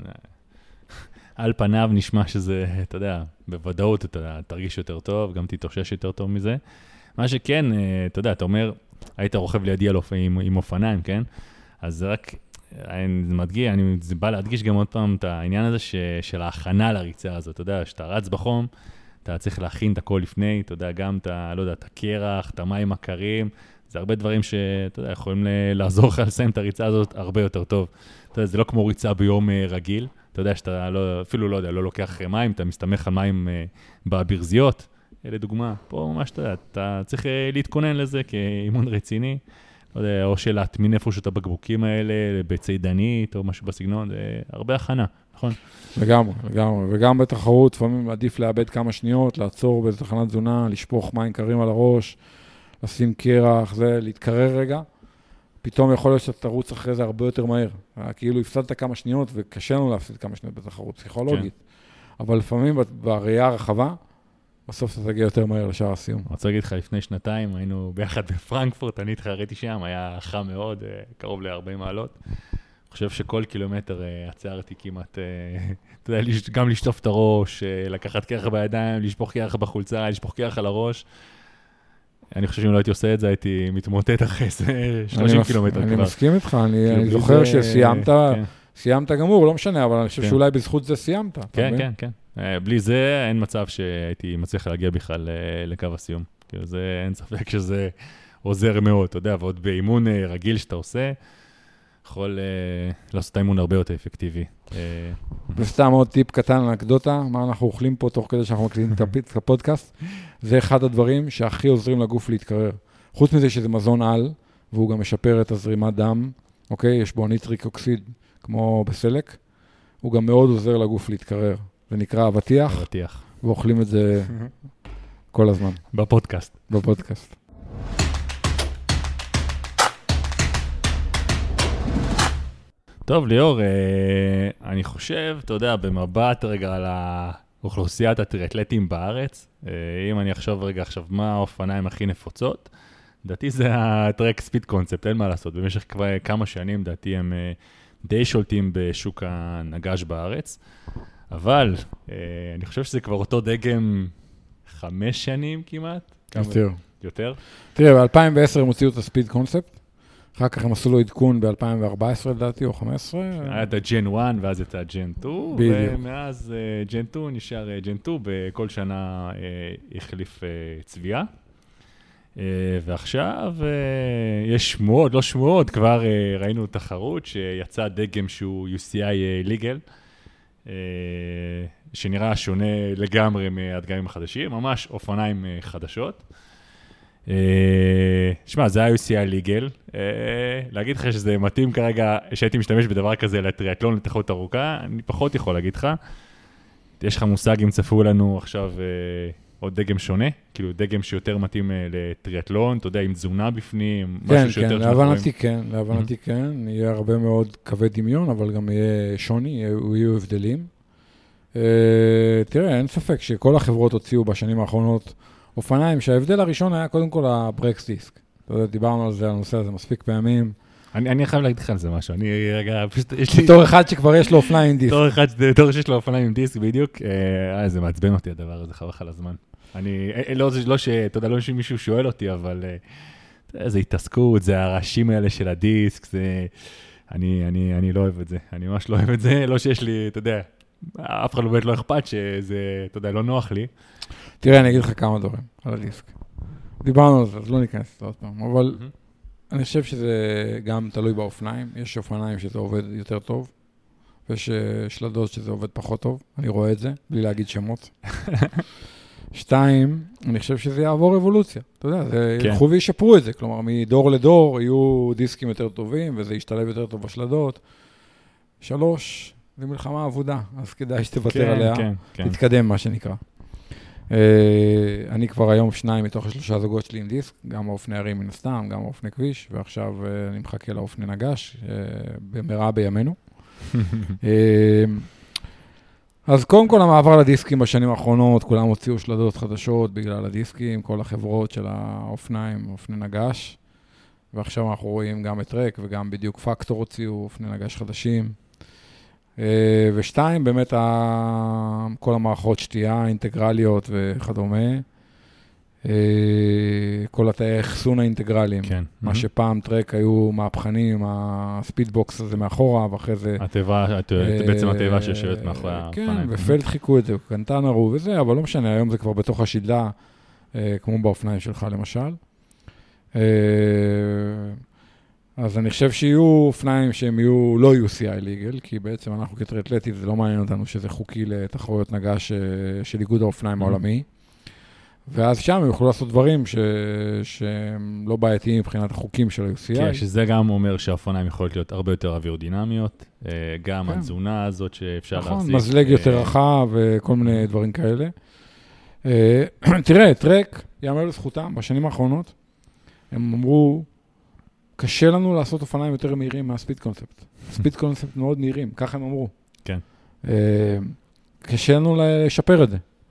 על פניו נשמע שזה, אתה יודע, בוודאות אתה תרגיש יותר טוב, גם תתאושש יותר טוב מזה. מה שכן, אתה יודע, אתה אומר, היית רוכב לידי על אופי עם, עם אופניים, כן? אז זה רק, אני מדגיש, אני זה בא להדגיש גם עוד פעם את העניין הזה ש, של ההכנה לריצה הזאת, אתה יודע, שאתה רץ בחום, אתה צריך להכין את הכל לפני, אתה יודע, גם את, לא יודע, את הקרח, את המים הקרים, זה הרבה דברים שאתה יודע, יכולים לעזור לך לסיים את הריצה הזאת הרבה יותר טוב. אתה יודע, זה לא כמו ריצה ביום רגיל, אתה יודע שאתה לא, אפילו לא יודע, לא לוקח מים, אתה מסתמך על מים בברזיות, לדוגמה, פה ממש אתה יודע, אתה צריך להתכונן לזה כאימון רציני, לא יודע, או שלהטמין איפשהו את הבקבוקים האלה, בציידנית או משהו בסגנון, זה הרבה הכנה, נכון? לגמרי, לגמרי, וגם בתחרות, לפעמים עדיף לאבד כמה שניות, לעצור באיזו תחנת תזונה, לשפוך מים קרים על הראש, לשים קרח, זה, להתקרר רגע, פתאום יכול להיות שאתה תרוץ אחרי זה הרבה יותר מהר, כאילו הפסדת כמה שניות, וקשה לנו להפסיד כמה שניות בתחרות פסיכולוגית, כן. אבל לפעמים בראייה הרחבה, בסוף אתה תגיע יותר מהר לשער הסיום. אני רוצה להגיד לך, לפני שנתיים היינו ביחד בפרנקפורט, אני התחרתי שם, היה חם מאוד, קרוב ל-ארבעים מעלות. אני חושב שכל קילומטר עצרתי כמעט, אתה יודע, גם לשטוף את הראש, לקחת קרח בידיים, לשפוך קרח בחולצה, לשפוך קרח על הראש. אני חושב שאם לא הייתי עושה את זה, הייתי מתמוטט אחרי שלושים קילומטר כבר. אני מסכים איתך, אני זוכר שסיימת, סיימת גמור, לא משנה, אבל אני חושב שאולי בזכות זה סיימת. כן, כן, כן. בלי זה אין מצב שהייתי מצליח להגיע בכלל לקו הסיום. זה, אין ספק שזה עוזר מאוד, אתה יודע, ועוד באימון רגיל שאתה עושה, יכול לעשות את האימון הרבה יותר אפקטיבי. וסתם עוד טיפ קטן, אנקדוטה, מה אנחנו אוכלים פה תוך כדי שאנחנו מקליטים את הפודקאסט, זה אחד הדברים שהכי עוזרים לגוף להתקרר. חוץ מזה שזה מזון על, והוא גם משפר את הזרימת דם, אוקיי? יש בו ניטריק אוקסיד, כמו בסלק, הוא גם מאוד עוזר לגוף להתקרר. זה נקרא אבטיח, אבטיח. ואוכלים את זה כל הזמן. בפודקאסט. בפודקאסט. טוב, ליאור, אני חושב, אתה יודע, במבט רגע על האוכלוסיית הטריאטלטים בארץ, אם אני אחשוב רגע עכשיו מה האופניים הכי נפוצות, דעתי זה הטרק ספיד קונספט, אין מה לעשות. במשך כבר כמה שנים, דעתי הם די שולטים בשוק הנגש בארץ, אבל אני חושב שזה כבר אותו דגם חמש שנים כמעט. יותר. יותר? תראה, ב-אלפיים ועשר הם הוציאו את הספיד קונספט, אחר כך הם עשו לו עדכון ב-אלפיים וארבע עשרה לדעתי, או חמש עשרה. היה את הג'ן אחת, ואז יצא ג'ן שתיים, ומאז ג'ן שתיים נשאר ג'ן שתיים, בכל שנה החליף צביעה. ועכשיו יש שמועות, לא שמועות, כבר ראינו תחרות שיצא דגם שהוא יו סי איי ליגל, שנראה שונה לגמרי מהדגמים החדשים, ממש אופניים חדשות. שמע, זה ה-יו סי איי ליגל, להגיד לך שזה מתאים כרגע, שהייתי משתמש בדבר כזה לטריאטלון, לתחרות ארוכה, אני פחות יכול להגיד לך. יש לך מושג אם צפו לנו עכשיו עוד דגם שונה, כאילו דגם שיותר מתאים לטריאטלון, אתה יודע, עם תזונה בפנים, משהו שיותר שאנחנו רואים. להבנתי כן, להבנתי כן, יהיה הרבה מאוד קווי דמיון, אבל גם יהיה שוני, יהיו הבדלים. תראה, אין ספק שכל החברות הוציאו בשנים האחרונות אופניים, שההבדל הראשון היה קודם כל הברקס דיסק. אתה יודע, דיברנו על זה, על הנושא הזה מספיק פעמים. אני, אני חייב להגיד לך על זה משהו, אני רגע, פשוט, יש לי... בתור אחד שכבר יש לו אופניים עם דיסק. בתור אחד, בתור שיש לו אופניים עם דיסק, בדיוק, אה, זה מעצבן אותי הדבר הזה, חבל לך על הזמן. אני, לא, לא ש, אתה יודע, לא שמישהו שואל אותי, אבל אה, זה התעסקות, זה הרעשים האלה של הדיסק, זה... אני, אני, אני לא אוהב את זה, אני ממש לא אוהב את זה, לא שיש לי, אתה יודע, אף אחד באמת לא אכפת שזה, אתה יודע, לא נוח לי. תראה, אני אגיד לך כמה דברים על הדיסק. דיברנו על זה, אז לא ניכנס לזה עוד פעם, אבל אני חושב שזה גם תלוי באופניים. יש אופניים שזה עובד יותר טוב, ויש שלדות שזה עובד פחות טוב. אני רואה את זה, בלי להגיד שמות. שתיים, אני חושב שזה יעבור אבולוציה. אתה יודע, זה ילכו וישפרו את זה. כלומר, מדור לדור יהיו דיסקים יותר טובים, וזה ישתלב יותר טוב בשלדות. שלוש, זה מלחמה עבודה, אז כדאי שתוותר עליה. תתקדם, מה שנקרא. אני כבר היום שניים מתוך השלושה זוגות שלי עם דיסק, גם האופני הרים מן הסתם, גם האופני כביש, ועכשיו אני מחכה לאופני נגש, במהרה בימינו. אז קודם כל המעבר לדיסקים בשנים האחרונות, כולם הוציאו שלדות חדשות בגלל הדיסקים, כל החברות של האופניים, אופני נגש, ועכשיו אנחנו רואים גם את טרק וגם בדיוק פקטור הוציאו אופני נגש חדשים. ושתיים, באמת כל המערכות שתייה, אינטגרליות וכדומה, כל התאי אחסון האינטגרליים, מה שפעם טרק היו מהפכנים, הספידבוקס הזה מאחורה, ואחרי זה... בעצם התיבה שיושבת מאחורי האופניים. כן, ופלד חיכו את זה, קנטנרו וזה, אבל לא משנה, היום זה כבר בתוך השדלה, כמו באופניים שלך למשל. אז אני חושב שיהיו אופניים שהם יהיו, לא יהיו סי איי ליגל, כי בעצם אנחנו כטריאטלטים, זה לא מעניין אותנו שזה חוקי לתחרויות נגש של איגוד האופניים העולמי. ואז שם הם יוכלו לעשות דברים ש... שהם לא בעייתיים מבחינת החוקים של ה-יו סי איי. כן, שזה גם אומר שהאופניים יכולות להיות הרבה יותר אווירודינמיות, גם כן. התזונה הזאת שאפשר נכון, להחזיק. מזלג יותר רחב וכל מיני דברים כאלה. תראה, טרק, יאמר לזכותם, בשנים האחרונות, הם אמרו, קשה לנו לעשות אופניים יותר מהירים מהספיד קונספט. ספיד קונספט מאוד מהירים, ככה הם אמרו. כן. קשה לנו לשפר את זה.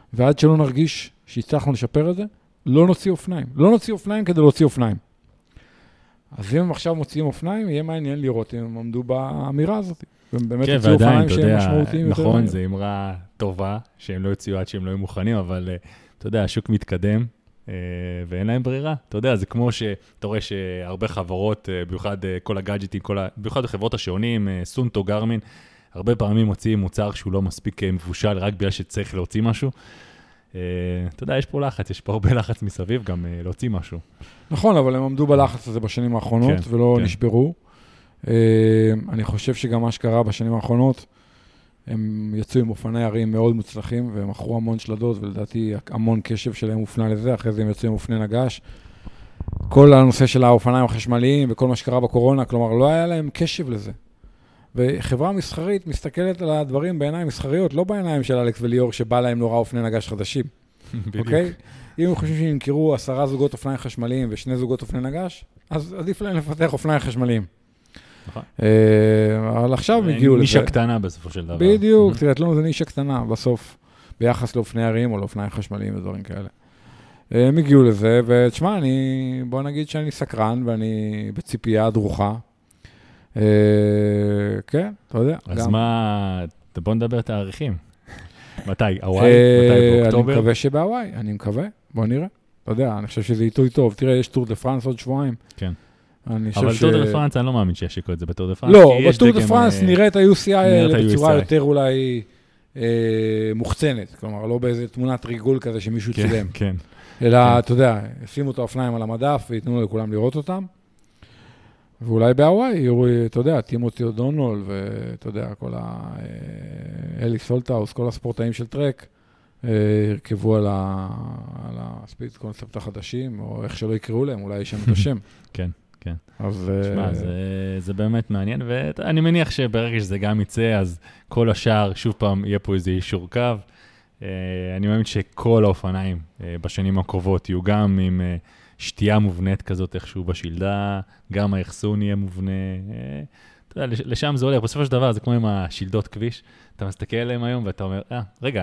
ועד שלא נרגיש שהצלחנו לשפר את זה, לא נוציא אופניים. לא נוציא אופניים כדי להוציא אופניים. אז אם הם עכשיו מוציאים אופניים, יהיה מעניין לראות אם הם עמדו באמירה הזאת. והם באמת הוציאו אופניים שהם משמעותיים יותר. נכון, זו אמרה טובה, שהם לא יוציאו עד שהם לא יהיו מוכנים, אבל אתה יודע, השוק מתקדם, ואין להם ברירה. אתה יודע, זה כמו שאתה רואה שהרבה חברות, במיוחד כל הגאדג'טים, במיוחד החברות השעונים, סונטו, גרמין, הרבה פעמים מוציאים מוצר שהוא לא מספיק מבושל, רק בגלל שצריך להוציא משהו. אתה יודע, יש פה לחץ, יש פה הרבה לחץ מסביב גם להוציא משהו. נכון, אבל הם עמדו בלחץ הזה בשנים האחרונות, ולא נשברו. אני חושב שגם מה שקרה בשנים האחרונות, הם יצאו עם אופני הרים מאוד מוצלחים, והם מכרו המון שלדות, ולדעתי המון קשב שלהם הופנה לזה, אחרי זה הם יצאו עם אופני נגש. כל הנושא של האופניים החשמליים, וכל מה שקרה בקורונה, כלומר, לא היה להם קשב לזה. וחברה מסחרית מסתכלת על הדברים בעיניים מסחריות, לא בעיניים של אלכס וליאור, שבא להם נורא אופני נגש חדשים. אוקיי? אם הם חושבים שימכרו עשרה זוגות אופניים חשמליים ושני זוגות אופני נגש, אז עדיף להם לפתח אופניים חשמליים. נכון. אבל עכשיו הגיעו לזה. נישה קטנה בסופו של דבר. בדיוק, תראה, לנו זה נישה קטנה בסוף, ביחס לאופני הרים או לאופניים חשמליים ודברים כאלה. הם הגיעו לזה, ותשמע, אני, בוא נגיד שאני סקרן, ואני בציפייה דרוכה. כן, אתה יודע. אז מה, בוא נדבר תאריכים. מתי? הוואי? מתי באוקטובר? אני מקווה שבהוואי, אני מקווה. בוא נראה. אתה יודע, אני חושב שזה עיתוי טוב. תראה, יש טור דה פרנס עוד שבועיים. כן. אבל טור דה פרנס, אני לא מאמין שישיקו את זה בטור דה פרנס. לא, בטור דה פרנס נראה את ה-יו סי איי בצורה יותר אולי מוחצנת. כלומר, לא באיזה תמונת ריגול כזה שמישהו צילם. כן. אלא, אתה יודע, ישימו את האופניים על המדף ויתנו לכולם לראות אותם. ואולי בהוואי יראו, אתה יודע, טימותי אודונול, ואתה יודע, כל ה... אלי סולטאוס, כל הספורטאים של טרק, הרכבו על הספיד קונספט החדשים, או איך שלא יקראו להם, אולי יש שם את השם. כן, כן. אז... תשמע, זה באמת מעניין, ואני מניח שברגע שזה גם יצא, אז כל השאר, שוב פעם, יהיה פה איזה אישור קו. אני מאמין שכל האופניים בשנים הקרובות יהיו גם עם... שתייה מובנית כזאת איכשהו בשלדה, גם האחסון יהיה מובנה, אתה יודע, לשם זה הולך, בסופו של דבר זה כמו עם השלדות כביש, אתה מסתכל עליהם היום ואתה אומר, אה, רגע,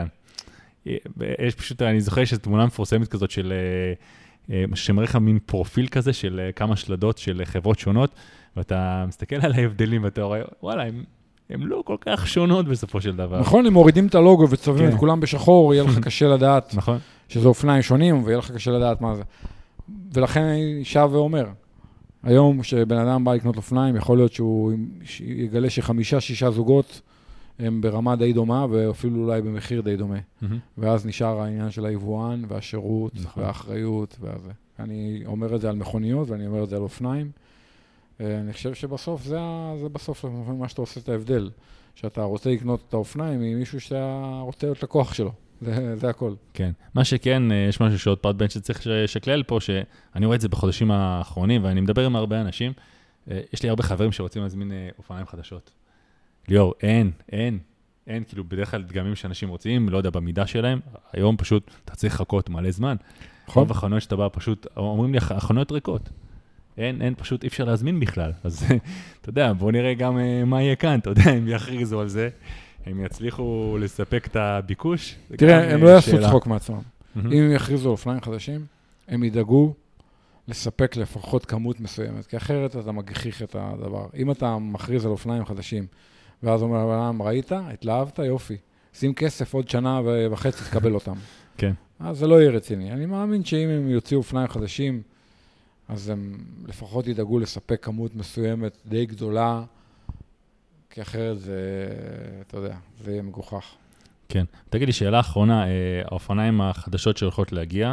יש פשוט, אני זוכר שזו תמונה מפורסמת כזאת של, שמראה לך מין פרופיל כזה של כמה שלדות של חברות שונות, ואתה מסתכל על ההבדלים ואתה רואה, וואלה, הם, הם לא כל כך שונות בסופו של דבר. נכון, הם מורידים את הלוגו וצובעים את כולם בשחור, יהיה לך קשה לדעת שזה אופניים שונים, ויהיה לך קשה לדעת מה זה. ולכן אני שב ואומר, היום שבן אדם בא לקנות אופניים, יכול להיות שהוא יגלה שחמישה, שישה זוגות הם ברמה די דומה, ואפילו אולי במחיר די דומה. Mm-hmm. ואז נשאר העניין של היבואן, והשירות, נכון. והאחריות, והזה. אני אומר את זה על מכוניות, ואני אומר את זה על אופניים. אני חושב שבסוף זה, זה בסוף מה שאתה עושה את ההבדל. שאתה רוצה לקנות את האופניים ממישהו שאתה רוצה להיות לקוח שלו. זה, זה הכל. כן. מה שכן, יש משהו שעוד פעד בין שצריך לשקלל פה, שאני רואה את זה בחודשים האחרונים, ואני מדבר עם הרבה אנשים, יש לי הרבה חברים שרוצים להזמין אופניים חדשות. ליאור, אין, אין, אין, כאילו בדרך כלל דגמים שאנשים רוצים, לא יודע, במידה שלהם, היום פשוט אתה צריך לחכות מלא זמן. רוב החנויות שאתה בא פשוט, אומרים לי, החנויות ריקות. אין, אין, פשוט אי אפשר להזמין בכלל. אז אתה יודע, בוא נראה גם מה יהיה כאן, אתה יודע, אם יכריזו על זה. הם יצליחו לספק את הביקוש? תראה, הם לא יעשו צחוק מעצמם. אם הם יכריזו אופניים חדשים, הם ידאגו לספק לפחות כמות מסוימת, כי אחרת אתה מגחיך את הדבר. אם אתה מכריז על אופניים חדשים, ואז אומר, ראית? התלהבת? יופי. שים כסף עוד שנה וחצי, תקבל אותם. כן. אז זה לא יהיה רציני. אני מאמין שאם הם יוציאו אופניים חדשים, אז הם לפחות ידאגו לספק כמות מסוימת די גדולה, כי אחרת זה, אתה יודע, זה יהיה מגוחך. כן. תגיד לי, שאלה אחרונה, האופניים החדשות שהולכות להגיע,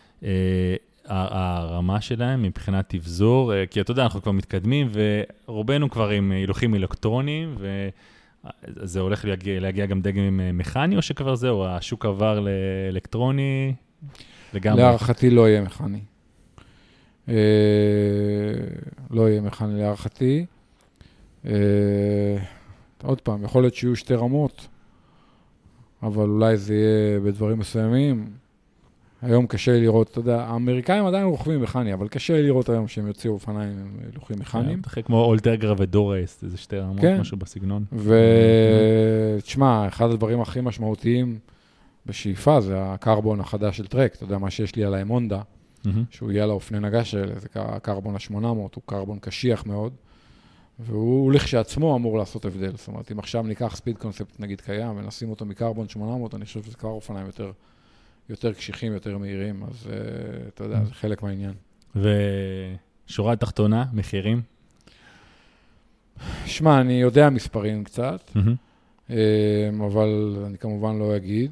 הרמה שלהם מבחינת תבזור, כי אתה יודע, אנחנו כבר מתקדמים, ורובנו כבר עם הילוכים אלקטרוניים, וזה הולך להגיע, להגיע גם דגם מכני, או שכבר זהו, השוק עבר לאלקטרוני לגמרי? להערכתי לא יהיה מכני. לא יהיה מכני להערכתי. עוד פעם, יכול להיות שיהיו שתי רמות, אבל אולי זה יהיה בדברים מסוימים. היום קשה לראות, אתה יודע, האמריקאים עדיין רוכבים מכני, אבל קשה לראות היום שהם יוציאו אופניים עם הילוכים מכניים. אחרי כמו אולטגרה ודורייסט, איזה שתי רמות, משהו בסגנון. ותשמע, אחד הדברים הכי משמעותיים בשאיפה, זה הקרבון החדש של טרק, אתה יודע מה שיש לי עליהם הונדה, Mm-hmm. שהוא יהיה לאופני נגש האלה, זה הקרבון ה-שמונה מאות, הוא קרבון קשיח מאוד, והוא לכשעצמו אמור לעשות הבדל. זאת אומרת, אם עכשיו ניקח ספיד קונספט נגיד קיים, ונשים אותו מקרבון שמונה מאות, אני חושב שזה כבר אופניים יותר, יותר קשיחים, יותר מהירים, אז uh, אתה יודע, זה חלק מהעניין. ושורה תחתונה, מחירים? שמע, אני יודע מספרים קצת, Mm-hmm. אבל אני כמובן לא אגיד.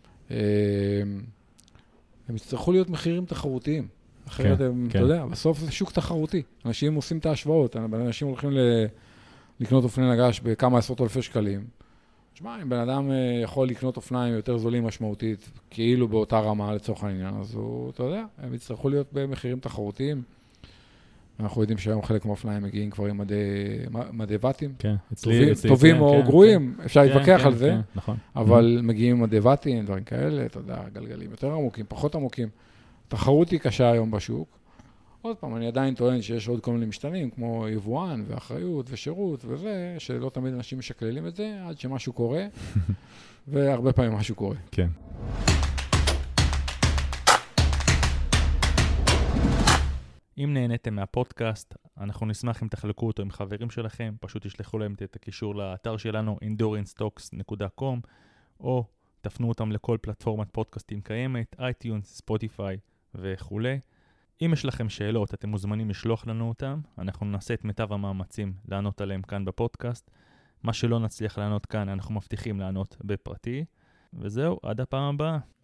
הם יצטרכו להיות מחירים תחרותיים. אחרת כן, הם, כן. אתה יודע, בסוף זה שוק תחרותי. אנשים עושים את ההשוואות, אנשים הולכים ל- לקנות אופני נגש בכמה עשרות אלפי שקלים. תשמע, אם בן אדם יכול לקנות אופניים יותר זולים משמעותית, כאילו באותה רמה לצורך העניין, אז הוא, אתה יודע, הם יצטרכו להיות במחירים תחרותיים. אנחנו יודעים שהיום חלק מהאופניים מגיעים כבר עם מדי, מדי וטים. כן, טובים, טובים או גרועים, אפשר להתווכח על זה, נכון. אבל מגיעים עם מדי וטים, דברים כאלה, אתה יודע, גלגלים יותר עמוקים, פחות עמוקים. תחרות היא קשה היום בשוק. עוד פעם, אני עדיין טוען שיש עוד כל מיני משתנים, כמו יבואן ואחריות ושירות וזה, שלא תמיד אנשים משקללים את זה, עד שמשהו קורה, והרבה פעמים משהו קורה. כן. אם נהניתם מהפודקאסט, אנחנו נשמח אם תחלקו אותו עם חברים שלכם, פשוט תשלחו להם את הקישור לאתר שלנו, אינדורנס טוקס דוט קום, או תפנו אותם לכל פלטפורמת פודקאסטים קיימת, אייטיונס, ספוטיפיי וכו'. אם יש לכם שאלות, אתם מוזמנים לשלוח לנו אותם, אנחנו נעשה את מיטב המאמצים לענות עליהם כאן בפודקאסט. מה שלא נצליח לענות כאן, אנחנו מבטיחים לענות בפרטי. וזהו, עד הפעם הבאה.